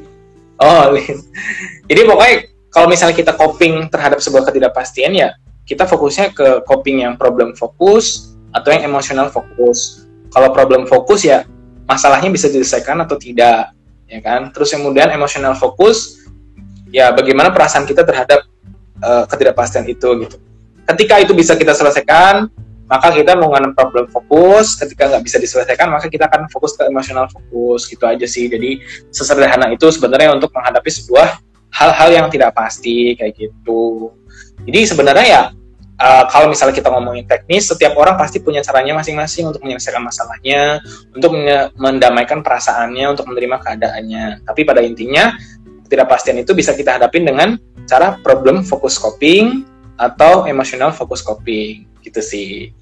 Jadi pokoknya kalau misalnya kita coping terhadap sebuah ketidakpastian, ya kita fokusnya ke coping yang problem fokus atau yang emosional fokus. Kalau problem fokus, ya masalahnya bisa diselesaikan atau tidak, ya kan. Terus kemudian emosional fokus, ya bagaimana perasaan kita terhadap ketidakpastian itu gitu. Ketika itu bisa kita selesaikan, maka kita menggunakan problem fokus. Ketika nggak bisa diselesaikan, maka kita akan fokus ke emosional fokus, gitu aja sih. Jadi sesederhana itu sebenarnya untuk menghadapi sebuah hal-hal yang tidak pasti kayak gitu. Jadi sebenarnya ya kalau misalnya kita ngomongin teknis, setiap orang pasti punya caranya masing-masing untuk menyelesaikan masalahnya, untuk mendamaikan perasaannya, untuk menerima keadaannya. Tapi pada intinya ketidakpastian itu bisa kita hadapin dengan cara problem focus coping atau emotional focus coping, gitu sih.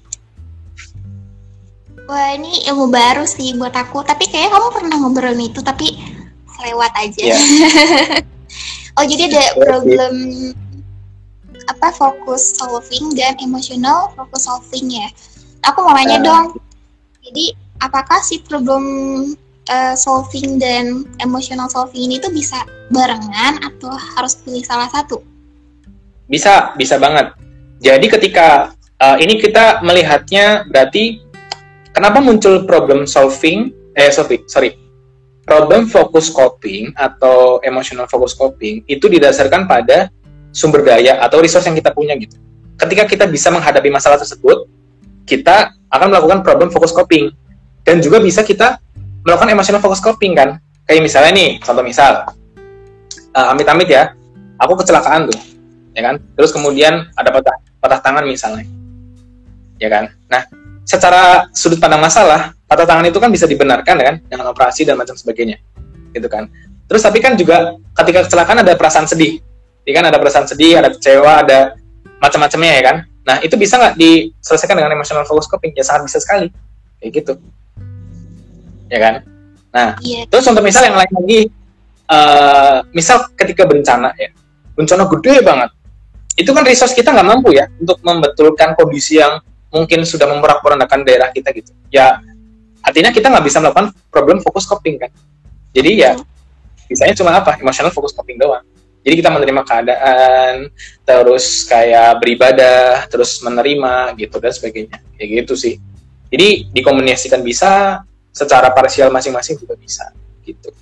Wah, ini ilmu baru sih buat aku. Tapi kayaknya kamu pernah ngobrolin itu, tapi lewat aja. Yeah. Oh, jadi ada problem fokus solving dan emotional focus solving ya. Aku mau nanya dong. Jadi apakah si problem solving dan emotional solving ini tuh bisa barengan atau harus pilih salah satu? Bisa banget. Jadi ketika ini kita melihatnya berarti kenapa muncul problem solving, problem focus coping atau emotional focus coping itu didasarkan pada sumber daya atau resource yang kita punya gitu. Ketika kita bisa menghadapi masalah tersebut, kita akan melakukan problem focus coping. Dan juga bisa kita melakukan emotional focus coping kan. Kayak misalnya nih, contoh misal, amit-amit ya, aku kecelakaan tuh, ya kan. Terus kemudian ada patah tangan misalnya, ya kan. Nah, secara sudut pandang masalah, patah tangan itu kan bisa dibenarkan ya kan, dengan operasi dan macam sebagainya, gitu kan. Terus tapi kan juga ketika kecelakaan ada perasaan sedih, ya kan, ada perasaan sedih, ada kecewa, ada macam-macamnya ya kan. Nah, itu bisa nggak diselesaikan dengan emotional focus coping? Ya sangat bisa sekali, kayak gitu. Ya kan? Nah, terus contoh misal yang lain lagi, misal ketika bencana ya, bencana gede banget, itu kan resource kita nggak mampu ya untuk membetulkan kondisi yang mungkin sudah memporak-porandakan daerah kita gitu. Ya, artinya kita nggak bisa melakukan problem focus coping kan. Jadi ya, bisanya cuma apa? Emotional focus coping doang. Jadi kita menerima keadaan, terus kayak beribadah, terus menerima gitu dan sebagainya. Kayak gitu sih. Jadi dikomunikasikan bisa, secara parsial masing-masing juga bisa gitu.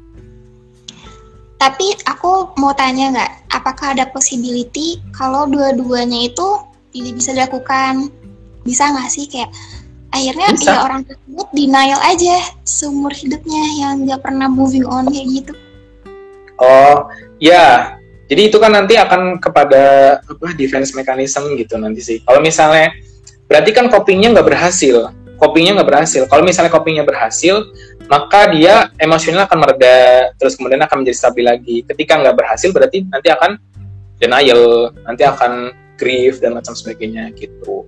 Tapi aku mau tanya nggak, apakah ada possibility kalau dua-duanya itu tidak bisa dilakukan? Bisa nggak sih kayak akhirnya bisa. Ya orang tersebut denial aja seumur hidupnya yang nggak pernah moving on kayak gitu? Oh ya, jadi itu kan nanti akan kepada defense mechanism gitu nanti sih. Kalau misalnya berarti kan copingnya nggak berhasil. Kalau misalnya copingnya berhasil, maka dia emosional akan mereda, terus kemudian akan menjadi stabil lagi. Ketika nggak berhasil, berarti nanti akan denial, nanti akan grief dan macam sebagainya gitu.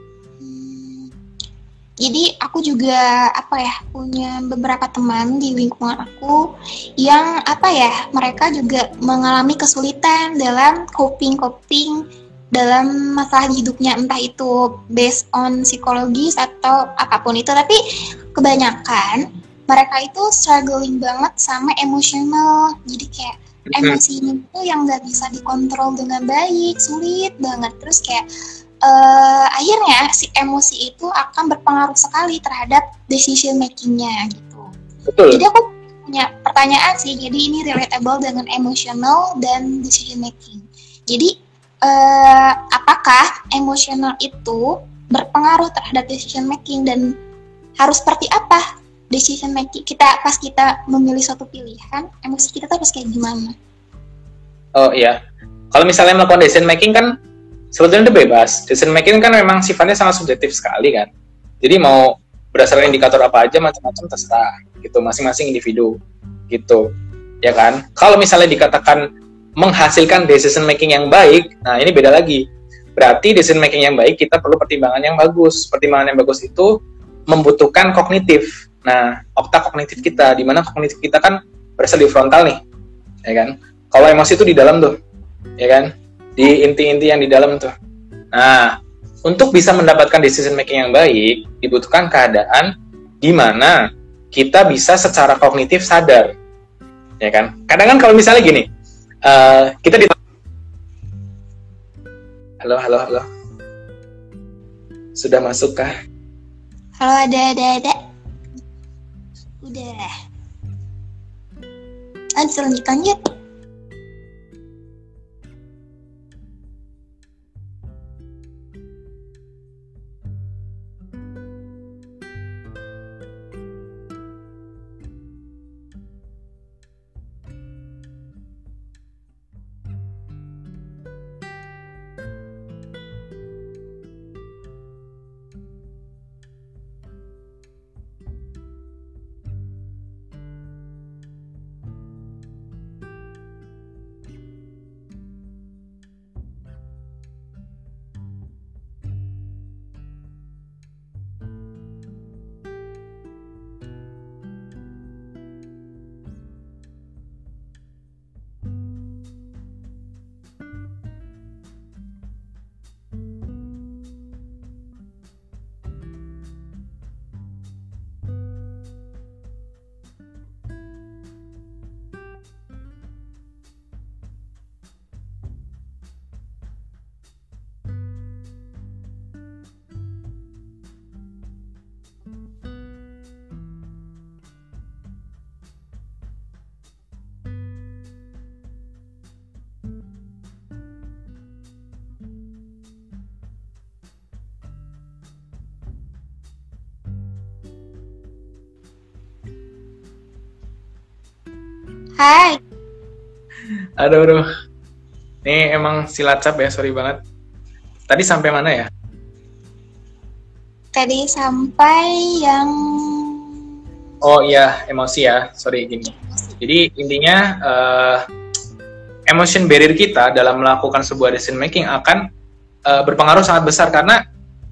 Jadi aku juga punya beberapa teman di lingkungan aku yang mereka juga mengalami kesulitan dalam coping dalam masalah hidupnya, entah itu based on psikologis atau apapun itu, tapi kebanyakan mereka itu struggling banget sama emosional. Jadi kayak emosinya itu yang nggak bisa dikontrol dengan baik, sulit banget. Terus kayak akhirnya si emosi itu akan berpengaruh sekali terhadap decision makingnya gitu. Betul. Jadi aku punya pertanyaan sih, jadi ini relatable dengan emosional dan decision making. Jadi apakah emosional itu berpengaruh terhadap decision making, dan harus seperti apa decision making kita pas kita memilih suatu pilihan, emosi kita tuh harus kayak gimana? Oh iya, kalau misalnya melakukan decision making kan sebetulnya itu bebas. Decision making kan memang sifatnya sangat subjektif sekali kan. Jadi mau berdasarkan indikator apa aja macam-macam terserah gitu, masing-masing individu gitu, ya kan. Kalau misalnya dikatakan menghasilkan decision making yang baik, nah ini beda lagi. Berarti decision making yang baik kita perlu pertimbangan yang bagus. Pertimbangan yang bagus itu membutuhkan kognitif. Nah, otak kognitif kita, di mana kognitif kita kan berasal di frontal nih, ya kan. Kalau emosi itu di dalam tuh, ya kan, di inti-inti yang di dalam tuh. Nah, untuk bisa mendapatkan decision making yang baik, dibutuhkan keadaan di mana kita bisa secara kognitif sadar, ya kan. Kadang kan kalau misalnya gini, kita halo sudah masuk kah? Halo, ada udah lanjut. Hai. Aduh. Ini emang silacap ya, sorry banget. Tadi sampai mana ya? Tadi sampai yang... Oh iya, emosi ya. Sorry gini. Jadi intinya emotion barrier kita dalam melakukan sebuah decision making akan berpengaruh sangat besar karena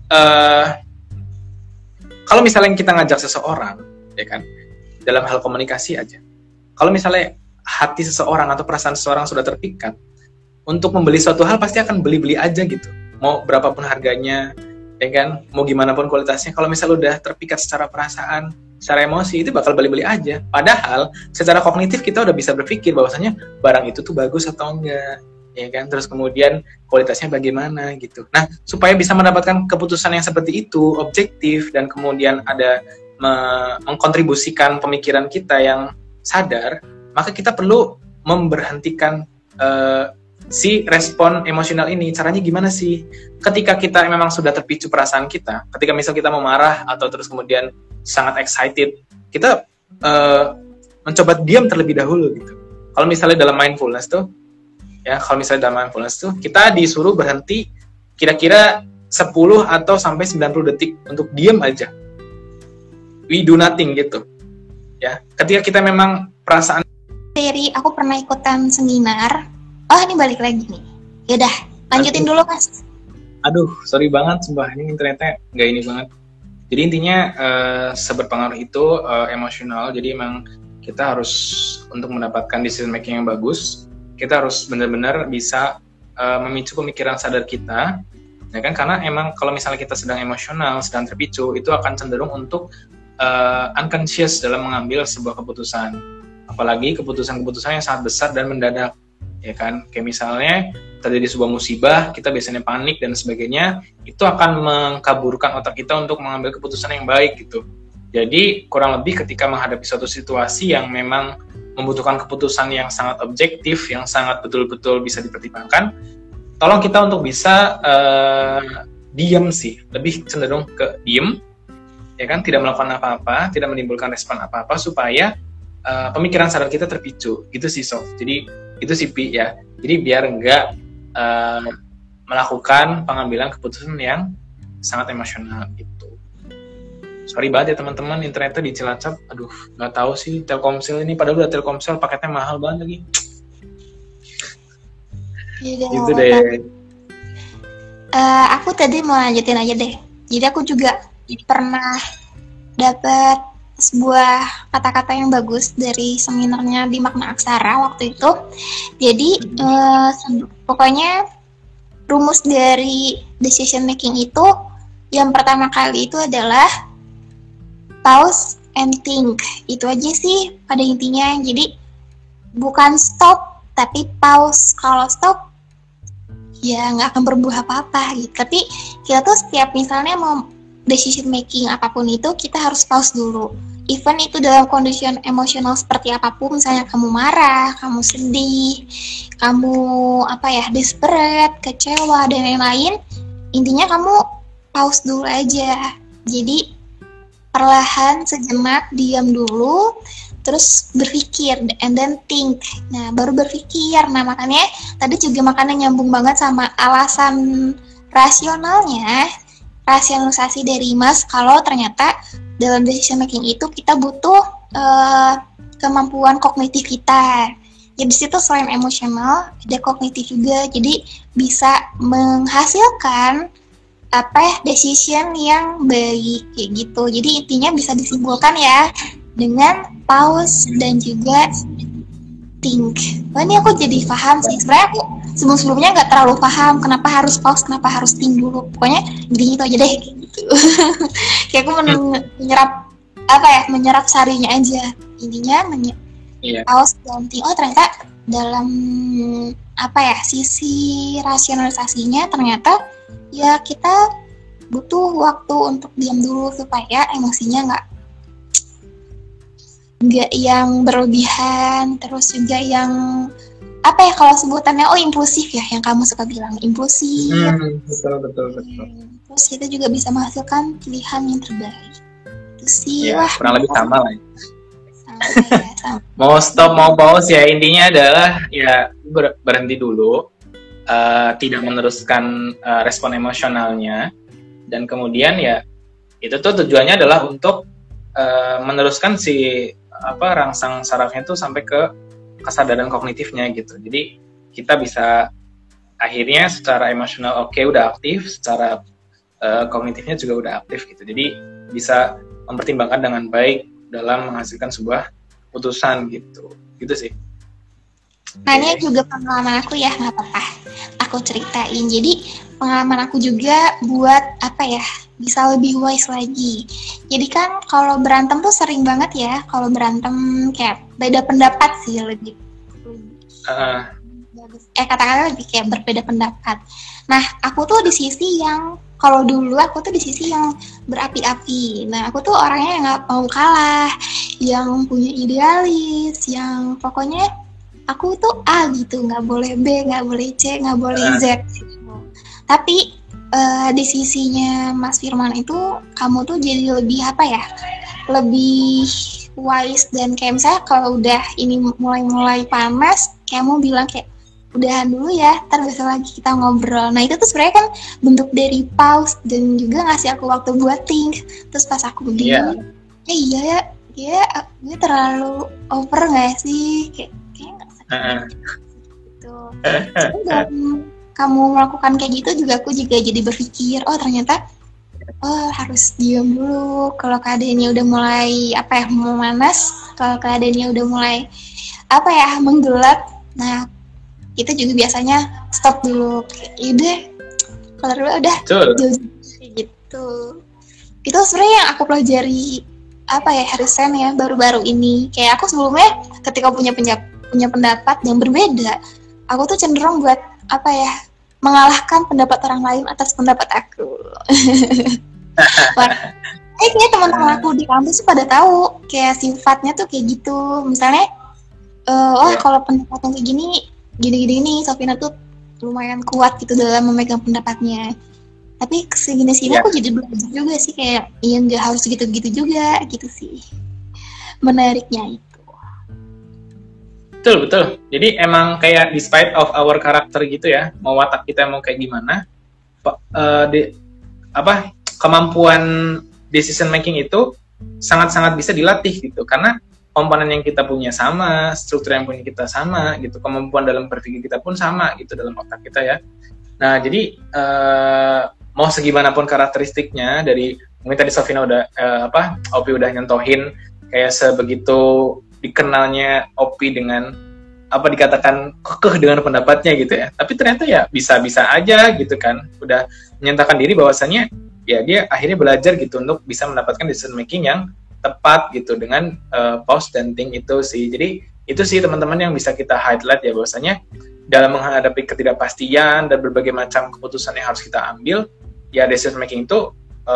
kalau misalnya kita ngajak seseorang, ya kan, dalam hal komunikasi aja. Kalau misalnya hati seseorang atau perasaan seseorang sudah terpikat, untuk membeli suatu hal pasti akan beli-beli aja gitu. Mau berapapun harganya, ya kan, mau gimana pun kualitasnya. Kalau misalnya udah terpikat secara perasaan, secara emosi, itu bakal beli-beli aja. Padahal secara kognitif kita udah bisa berpikir bahwasanya barang itu tuh bagus atau enggak, ya kan. Terus kemudian kualitasnya bagaimana gitu. Nah, supaya bisa mendapatkan keputusan yang seperti itu, objektif, dan kemudian ada mengkontribusikan pemikiran kita yang sadar, maka kita perlu memberhentikan si respon emosional ini. Caranya gimana sih? Ketika kita memang sudah terpicu perasaan kita, ketika misal kita mau marah atau terus kemudian sangat excited, kita mencoba diam terlebih dahulu gitu. Kalau misalnya dalam mindfulness tuh, kita disuruh berhenti kira-kira 10 atau sampai 90 detik untuk diam aja. We do nothing gitu. Ya, ketika kita memang perasaan. Dari aku pernah ikutan seminar. Oh, ini balik lagi nih. Yaudah, lanjutin dulu, Mas. Aduh, sorry banget, sumpah. Ini internetnya nggak ini banget. Jadi intinya, seberpengaruh itu emosional. Jadi emang kita harus, untuk mendapatkan decision making yang bagus, kita harus benar-benar bisa memicu pemikiran sadar kita. Ya kan? Karena emang kalau misalnya kita sedang emosional, sedang terpicu, itu akan cenderung untuk unconscious dalam mengambil sebuah keputusan. Apalagi keputusan-keputusan yang sangat besar dan mendadak. Ya kan, kayak misalnya terjadi sebuah musibah, kita biasanya panik dan sebagainya, itu akan mengkaburkan otak kita untuk mengambil keputusan yang baik gitu. Jadi kurang lebih ketika menghadapi suatu situasi yang memang membutuhkan keputusan yang sangat objektif, yang sangat betul-betul bisa dipertimbangkan, tolong kita untuk bisa diam sih, lebih cenderung ke diam, ya kan, tidak melakukan apa-apa, tidak menimbulkan respon apa-apa supaya pemikiran sadar kita terpicu, gitu sih Sof. Jadi itu sih Pi ya. Jadi biar enggak melakukan pengambilan keputusan yang sangat emosional gitu. Sorry banget ya teman-teman, internetnya di Cilacap. Aduh, nggak tahu sih Telkomsel ini, padahal udah Telkomsel paketnya mahal banget lagi. Gitu deh. Aku tadi mau lanjutin aja deh. Jadi aku juga pernah dapat sebuah kata-kata yang bagus dari seminarnya di Makna Aksara waktu itu. Jadi pokoknya rumus dari decision making itu yang pertama kali itu adalah pause and think. Itu aja sih pada intinya. Jadi bukan stop tapi pause. Kalau stop ya nggak akan berbuah apa-apa gitu. Tapi kita tuh setiap misalnya mau decision making apapun itu kita harus pause dulu. Even itu dalam kondisi emosional seperti apapun, misalnya kamu marah, kamu sedih, kamu desperate, kecewa dan lain-lain, intinya kamu pause dulu aja. Jadi perlahan sejenak diam dulu, terus berpikir and then think. Nah, baru berpikir. Nah, makanya tadi juga makanya nyambung banget sama alasan rasionalnya. Rasionalisasi dari Mas kalau ternyata dalam decision making itu kita butuh kemampuan kognitif kita. Jadi situ selain emosional ada kognitif juga. Jadi bisa menghasilkan decision yang baik kayak gitu. Jadi intinya bisa disimpulkan ya dengan pause dan juga think. Wah, ini aku jadi paham sih. Sebenarnya aku sebelum-sebelumnya nggak terlalu paham kenapa harus pause, kenapa harus think dulu. Pokoknya gini itu aja deh gitu. Kayak aku menyerap sarinya aja. Intinya pause dan think. Oh, ternyata dalam sisi rasionalisasinya ternyata ya kita butuh waktu untuk diam dulu supaya emosinya nggak yang berlebihan, terus juga yang kalau sebutannya impulsif ya, yang kamu suka bilang impulsif. Betul. Terus kita juga bisa menghasilkan pilihan yang terbaik. Itu sih ya, kurang lebih sama lah. Mau stop mau pause ya, intinya adalah ya berhenti dulu, tidak meneruskan respon emosionalnya, dan kemudian ya itu tuh tujuannya adalah untuk meneruskan si rangsang sarafnya tuh sampai ke kesadaran kognitifnya gitu. Jadi kita bisa akhirnya secara emosional udah aktif, secara kognitifnya juga udah aktif gitu. Jadi bisa mempertimbangkan dengan baik dalam menghasilkan sebuah putusan gitu sih. Nah ini juga pengalaman aku ya, nggak apa-apa aku ceritain. Jadi pengalaman aku juga buat bisa lebih wise lagi. Jadi kan kalau berantem tuh sering banget ya, kalau berantem kayak beda pendapat sih lebih katakanlah lebih kayak berbeda pendapat. Nah aku tuh di sisi yang kalau dulu aku tuh di sisi yang berapi-api. Nah aku tuh orangnya yang nggak mau kalah, yang punya idealis, yang pokoknya aku tuh A gitu, nggak boleh B, nggak boleh C, nggak boleh Z. Tapi di sisinya Mas Firman itu kamu tuh jadi lebih lebih wise, dan kayak misalnya kalau udah ini mulai panas, kamu bilang kayak udahan dulu ya, ntar besok lagi kita ngobrol. Nah itu tuh sebenarnya kan bentuk dari pause dan juga ngasih aku waktu buat think. Terus pas aku bilang, iya gue terlalu over nggak sih, kayak nggak sakit gitu. Dan kamu melakukan kayak gitu juga aku juga jadi berpikir, ternyata harus diam dulu kalau keadaannya udah mulai memanas, kalau keadaannya udah mulai menggelap. Nah kita juga biasanya stop dulu, udah kelar dulu, udah gitu. Itu sebenarnya yang aku pelajari Harrison ya baru-baru ini. Kayak aku sebelumnya ketika punya pendapat yang berbeda, aku tuh cenderung buat mengalahkan pendapat orang lain atas pendapat aku. Kayaknya teman-teman aku di kampus pada tahu kayak sifatnya tuh kayak gitu. Misalnya kalau pendapatnya kayak gini nih, Sofina tuh lumayan kuat gitu dalam memegang pendapatnya. Tapi kesini aku jadi belajar juga sih, kayak nggak harus gitu-gitu juga gitu sih. Menariknya itu. Betul. Jadi emang kayak despite of our karakter gitu ya, mau watak kita mau kayak gimana, kemampuan decision making itu sangat-sangat bisa dilatih gitu, karena komponen yang kita punya sama, struktur yang punya kita sama gitu, kemampuan dalam berpikir kita pun sama gitu dalam otak kita ya. Nah jadi mau segimanapun karakteristiknya, dari mungkin tadi Sofina udah Opi udah nyontohin kayak sebegitu dikenalnya Opi dengan dikatakan kekeh dengan pendapatnya gitu ya, tapi ternyata ya bisa-bisa aja gitu kan, udah menyatakan diri bahwasannya ya dia akhirnya belajar gitu untuk bisa mendapatkan decision making yang tepat gitu dengan pause dan think itu sih. Jadi itu sih teman-teman yang bisa kita highlight ya, bahwasanya dalam menghadapi ketidakpastian dan berbagai macam keputusan yang harus kita ambil, ya decision making itu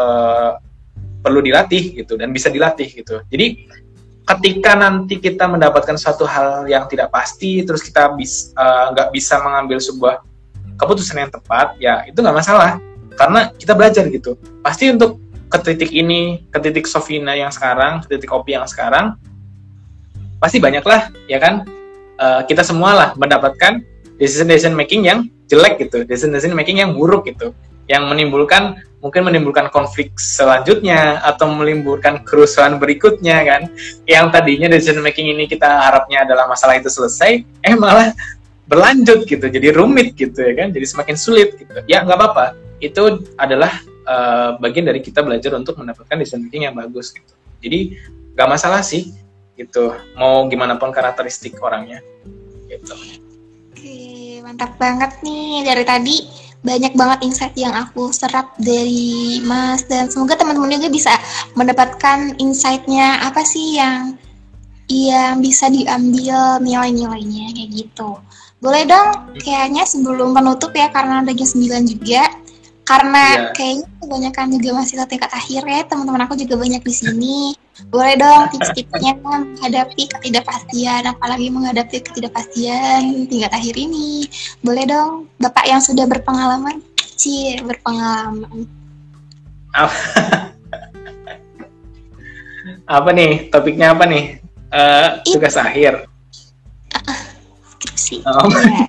perlu dilatih gitu dan bisa dilatih gitu. Jadi ketika nanti kita mendapatkan suatu hal yang tidak pasti, terus kita nggak bisa mengambil sebuah keputusan yang tepat, ya itu nggak masalah karena kita belajar gitu. Pasti untuk ke titik ini, ke titik Sofina yang sekarang, ke titik Opi yang sekarang, pasti banyak lah, ya kan? Kita semua lah mendapatkan decision making yang jelek gitu, decision making yang buruk gitu, yang mungkin menimbulkan konflik selanjutnya atau menimbulkan kerusuhan berikutnya kan. Yang tadinya decision making ini kita harapnya adalah masalah itu selesai, malah berlanjut gitu, jadi rumit gitu ya kan, jadi semakin sulit gitu. Ya nggak apa-apa, itu adalah bagian dari kita belajar untuk mendapatkan decision making yang bagus gitu. Jadi nggak masalah sih gitu, mau gimana pun karakteristik orangnya gitu. Oke, mantap banget nih, dari tadi banyak banget insight yang aku serap dari Mas, dan semoga teman-teman juga bisa mendapatkan insight-nya apa sih yang bisa diambil nilai-nilainya kayak gitu. Boleh dong kayaknya sebelum penutup ya, karena udah jam 9 juga. Karena kayaknya kebanyakan juga masih tingkat akhir ya, teman-teman aku juga banyak di sini. Boleh dong tips-tipsnya menghadapi ketidakpastian, apalagi menghadapi ketidakpastian tingkat akhir ini. Boleh dong, Bapak yang sudah berpengalaman. Berpengalaman. Apa nih? Topiknya apa nih? Tugas akhir. Skripsi. Oh.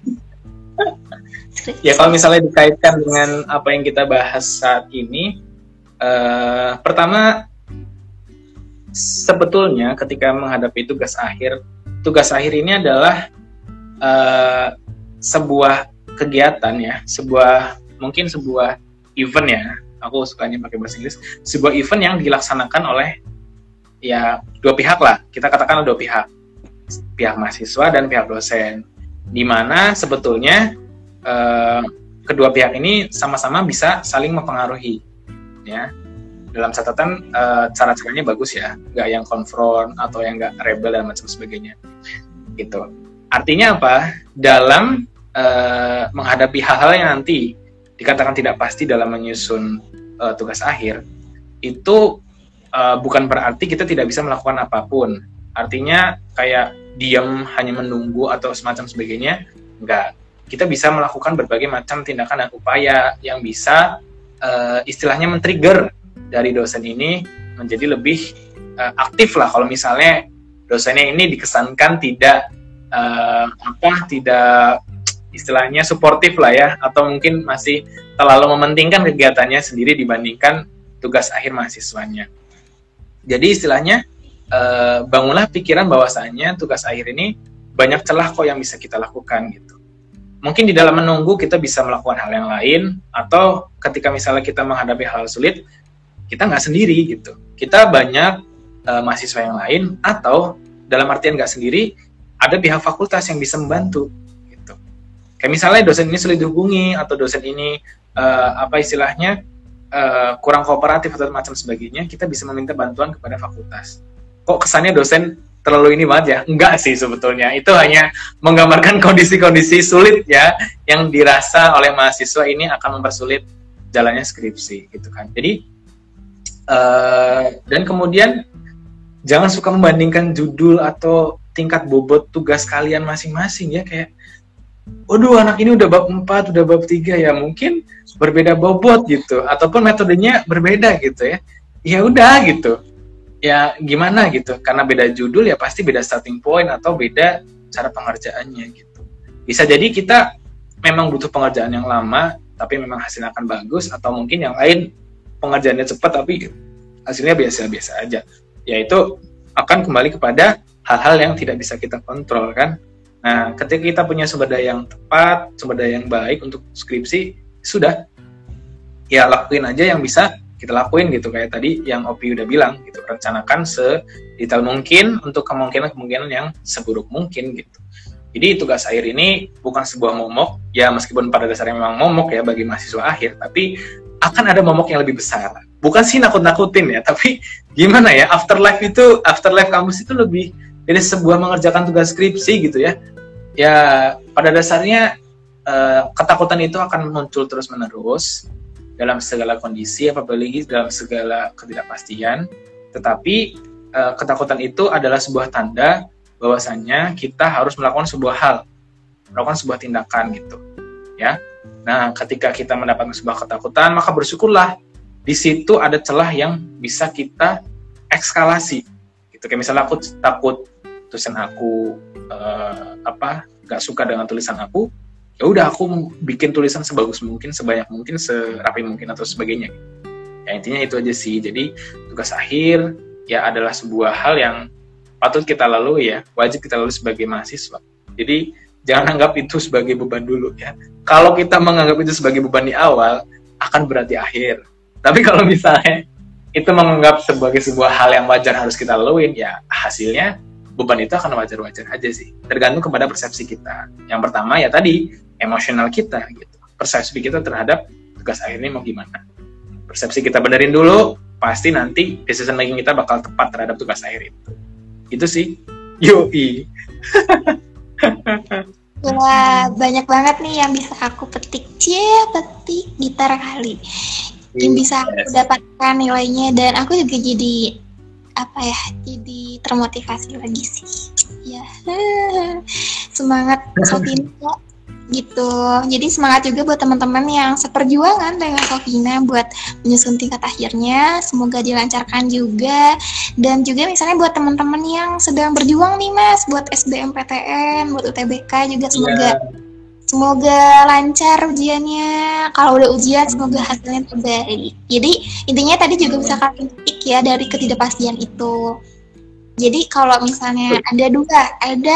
Ya kalau misalnya dikaitkan dengan apa yang kita bahas saat ini, pertama sebetulnya ketika menghadapi tugas akhir ini adalah sebuah kegiatan ya, mungkin sebuah event ya. Aku sukanya pakai bahasa Inggris. Sebuah event yang dilaksanakan oleh ya dua pihak lah. Kita katakan dua pihak mahasiswa dan pihak dosen. Di mana sebetulnya kedua pihak ini sama-sama bisa saling mempengaruhi, ya. Dalam catatan cara-caranya bagus ya, nggak yang konfront atau yang nggak rebel dan macam sebagainya, gitu. Artinya apa? Dalam menghadapi hal-hal yang nanti dikatakan tidak pasti dalam menyusun tugas akhir, itu bukan berarti kita tidak bisa melakukan apapun. Artinya kayak diam hanya menunggu atau semacam sebagainya, enggak. Kita bisa melakukan berbagai macam tindakan dan upaya yang bisa istilahnya men-trigger dari dosen ini menjadi lebih aktif lah. Kalau misalnya dosennya ini dikesankan tidak tidak istilahnya suportif lah ya, atau mungkin masih terlalu mementingkan kegiatannya sendiri dibandingkan tugas akhir mahasiswanya. Jadi istilahnya bangunlah pikiran bahwasannya tugas akhir ini banyak celah kok yang bisa kita lakukan gitu. Mungkin di dalam menunggu kita bisa melakukan hal yang lain, atau ketika misalnya kita menghadapi hal sulit, kita nggak sendiri gitu. Kita banyak mahasiswa yang lain, atau dalam artian nggak sendiri, ada pihak fakultas yang bisa membantu gitu. Kayak misalnya dosen ini sulit dihubungi, atau dosen ini kurang kooperatif atau macam sebagainya, kita bisa meminta bantuan kepada fakultas. Kok kesannya dosen terlalu ini banget ya? Enggak sih sebetulnya. Itu hanya menggambarkan kondisi-kondisi sulit ya, yang dirasa oleh mahasiswa ini akan mempersulit jalannya skripsi gitu kan. Jadi dan kemudian jangan suka membandingkan judul atau tingkat bobot tugas kalian masing-masing ya, kayak waduh anak ini udah bab 4, udah bab 3 ya, mungkin berbeda bobot gitu, ataupun metodenya berbeda gitu ya. Ya udah gitu. Ya gimana gitu, karena beda judul ya pasti beda starting point atau beda cara pengerjaannya gitu. Bisa jadi kita memang butuh pengerjaan yang lama tapi memang hasilnya akan bagus, atau mungkin yang lain pengerjaannya cepat tapi hasilnya biasa-biasa aja. Ya itu akan kembali kepada hal-hal yang tidak bisa kita kontrol kan. Nah ketika kita punya sumber daya yang tepat, sumber daya yang baik untuk skripsi, sudah ya lakuin aja yang bisa kita lakuin gitu, kayak tadi yang Opi udah bilang gitu, rencanakan sedetail mungkin untuk kemungkinan-kemungkinan yang seburuk mungkin gitu. Jadi tugas akhir ini bukan sebuah momok ya, meskipun pada dasarnya memang momok ya bagi mahasiswa akhir, tapi akan ada momok yang lebih besar. Bukan sih nakut-nakutin ya, tapi gimana ya, afterlife kampus itu lebih dari sebuah mengerjakan tugas skripsi gitu ya. Ya pada dasarnya ketakutan itu akan muncul terus-menerus dalam segala kondisi, apalagi dalam segala ketidakpastian. Tetapi ketakutan itu adalah sebuah tanda bahwasannya kita harus melakukan sebuah hal, melakukan sebuah tindakan gitu, ya. Nah, ketika kita mendapatkan sebuah ketakutan, maka bersyukurlah di situ ada celah yang bisa kita ekskalasi. Gitu. Kayak misalnya aku takut tulisan aku nggak suka dengan tulisan aku. Ya udah aku bikin tulisan sebagus mungkin, sebanyak mungkin, serapi mungkin atau sebagainya. Ya intinya itu aja sih. Jadi tugas akhir ya adalah sebuah hal yang patut kita lalui ya, wajib kita lalui sebagai mahasiswa. Jadi jangan anggap itu sebagai beban dulu ya. Kalau kita menganggap itu sebagai beban di awal, akan berat di akhir. Tapi kalau misalnya itu menganggap sebagai sebuah hal yang wajar harus kita lalui, ya hasilnya beban itu akan wajar-wajar aja sih. Tergantung kepada persepsi kita. Yang pertama ya tadi, emosional kita gitu. Persepsi kita terhadap tugas akhir ini mau gimana. Persepsi kita benerin dulu, pasti nanti decision making kita bakal tepat terhadap tugas akhir itu. Itu sih. Yoi. Wah, banyak banget nih yang bisa aku petik. Petik gitar kali. Yang bisa aku dapatkan nilainya, dan aku juga jadi jadi termotivasi lagi sih. Ya. Semangat Sofina. gitu. Jadi semangat juga buat teman-teman yang seperjuangan dengan Sofina buat menyusun tingkat akhirnya. Semoga dilancarkan juga. Dan juga misalnya buat teman-teman yang sedang berjuang nih Mas, buat SBMPTN, buat UTBK juga semoga lancar ujiannya. Kalau udah ujian semoga hasilnya terbaik. Jadi intinya tadi juga bisa kalian petik ya dari ketidakpastian itu. Jadi kalau misalnya ada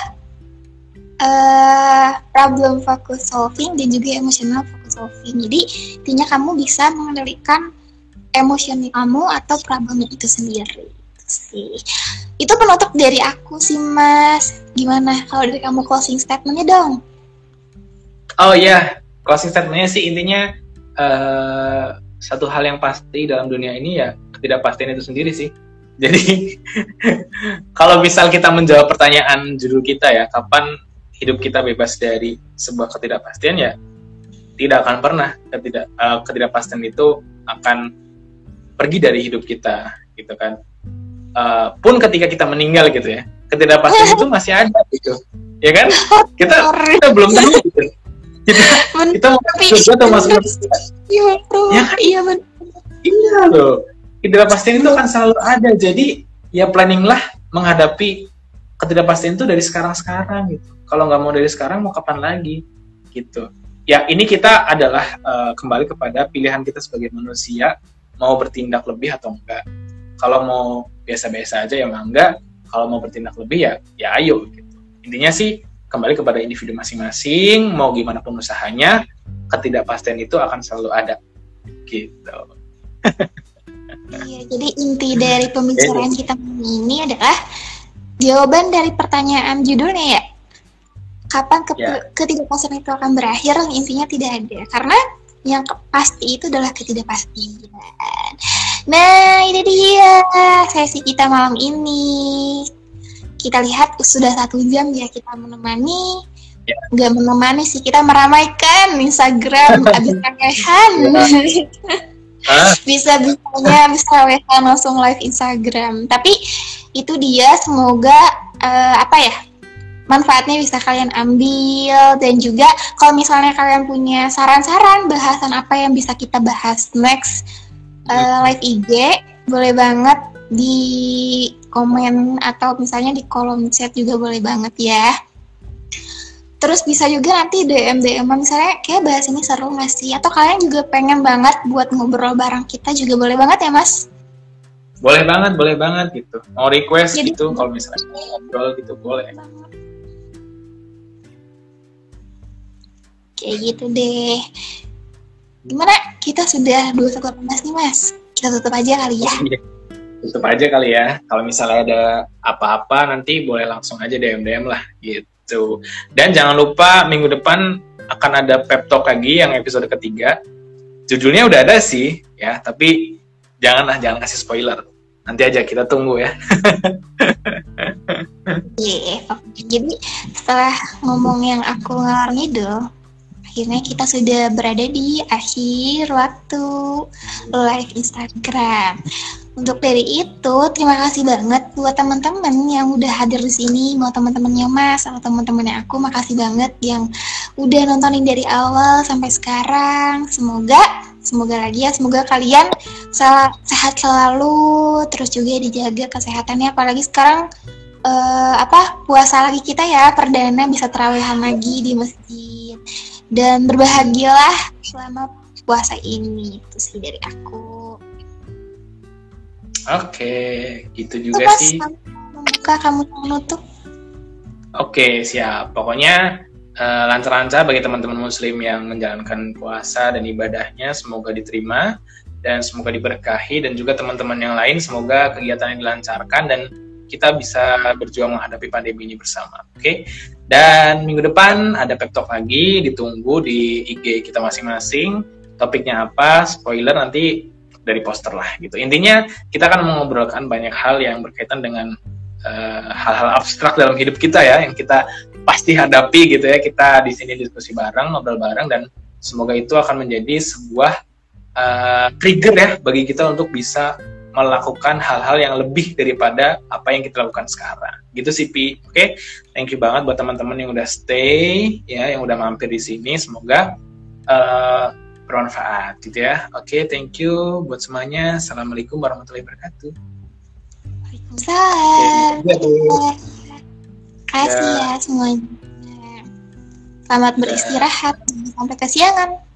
problem focus solving dan juga emotional focus solving. Jadi intinya kamu bisa mengendalikan emosi kamu atau problemnya itu sendiri. Itu penutup dari aku sih Mas. Gimana kalau dari kamu closing statementnya dong? Oh iya, closing statementnya sih intinya satu hal yang pasti dalam dunia ini ya ketidakpastian itu sendiri sih. Jadi kalau misal kita menjawab pertanyaan judul kita ya, kapan hidup kita bebas dari sebuah ketidakpastian, ya tidak akan pernah ketidakpastian itu akan pergi dari hidup kita gitu kan. Pun ketika kita meninggal gitu ya, ketidakpastian itu masih ada gitu, ya kan? Kita belum tahu gitu. Kita mau kerja atau masuk iya kan? Iya loh, ketidakpastian itu akan selalu ada. Jadi ya planninglah menghadapi ketidakpastian itu dari sekarang gitu. Kalau nggak mau dari sekarang, mau kapan lagi gitu. Ya ini kita adalah kembali kepada pilihan kita sebagai manusia, mau bertindak lebih atau enggak. Kalau mau biasa-biasa aja ya enggak. Kalau mau bertindak lebih ya ayo gitu. Intinya sih kembali kepada individu masing-masing, mau gimana pun usahanya, ketidakpastian itu akan selalu ada gitu. Iya, jadi inti dari pembicaraan kita ini adalah jawaban dari pertanyaan judulnya ya. Kapan ketidakpastian itu akan berakhir? Intinya tidak ada, karena yang pasti itu adalah ketidakpastian. Nah, ini dia sesi kita malam ini. Kita lihat sudah 1 jam ya kita menemani. Nggak menemani sih, kita meramaikan Instagram abis rangkaian. bisa langsung live Instagram. Tapi itu dia, semoga manfaatnya bisa kalian ambil. Dan juga kalau misalnya kalian punya saran-saran bahasan apa yang bisa kita bahas next live IG, boleh banget di komen atau misalnya di kolom chat juga boleh banget ya. Terus bisa juga nanti DM misalnya kayak bahas ini seru nggak sih, atau kalian juga pengen banget buat ngobrol bareng kita juga boleh banget ya Mas. Boleh banget gitu. Mau request jadi, gitu kalau misalnya ngobrol gitu boleh. Kayak gitu deh. Gimana? Kita sudah 21:18 nih Mas. Kita tutup aja kali ya. Tutup aja kali ya. Kalau misalnya ada apa-apa nanti boleh langsung aja DM lah gitu. Dan jangan lupa minggu depan akan ada pep talk lagi yang episode ketiga. Judulnya udah ada sih ya, tapi jangan kasih spoiler. Nanti aja kita tunggu ya. Jadi setelah ngomong yang aku ngalor ngidul, akhirnya kita sudah berada di akhir waktu live Instagram. Untuk dari itu, terima kasih banget buat teman-teman yang udah hadir di sini, mau teman-temannya Mas atau teman-temannya aku, makasih banget yang udah nontonin dari awal sampai sekarang. Semoga kalian sehat selalu, terus juga dijaga kesehatannya, apalagi sekarang puasa lagi kita ya, perdana bisa terawihan lagi di masjid. Dan berbahagialah selama puasa ini, itu sih dari aku. Oke, gitu juga sih. Membuka, kamu menutup. Oke, siap. Pokoknya lancar-lancar bagi teman-teman muslim yang menjalankan puasa dan ibadahnya, semoga diterima dan semoga diberkahi, dan juga teman-teman yang lain semoga kegiatannya dilancarkan dan kita bisa berjuang menghadapi pandemi ini bersama. Oke. Dan minggu depan ada pep talk lagi, ditunggu di IG kita masing-masing. Topiknya apa? Spoiler nanti dari poster lah gitu. Intinya kita akan mengobrolkan banyak hal yang berkaitan dengan hal-hal abstrak dalam hidup kita ya, yang kita pasti hadapi gitu ya. Kita di sini diskusi bareng, ngobrol bareng, dan semoga itu akan menjadi sebuah trigger ya bagi kita untuk bisa melakukan hal-hal yang lebih daripada apa yang kita lakukan sekarang. Gitu sih, Pi. Oke, thank you banget buat teman-teman yang udah stay, ya, yang udah mampir di sini. Semoga bermanfaat, gitu ya. Oke, thank you buat semuanya. Assalamualaikum warahmatullahi wabarakatuh. Waalaikumsalam. Terima kasih ya semuanya. Selamat beristirahat sampai kesiangan.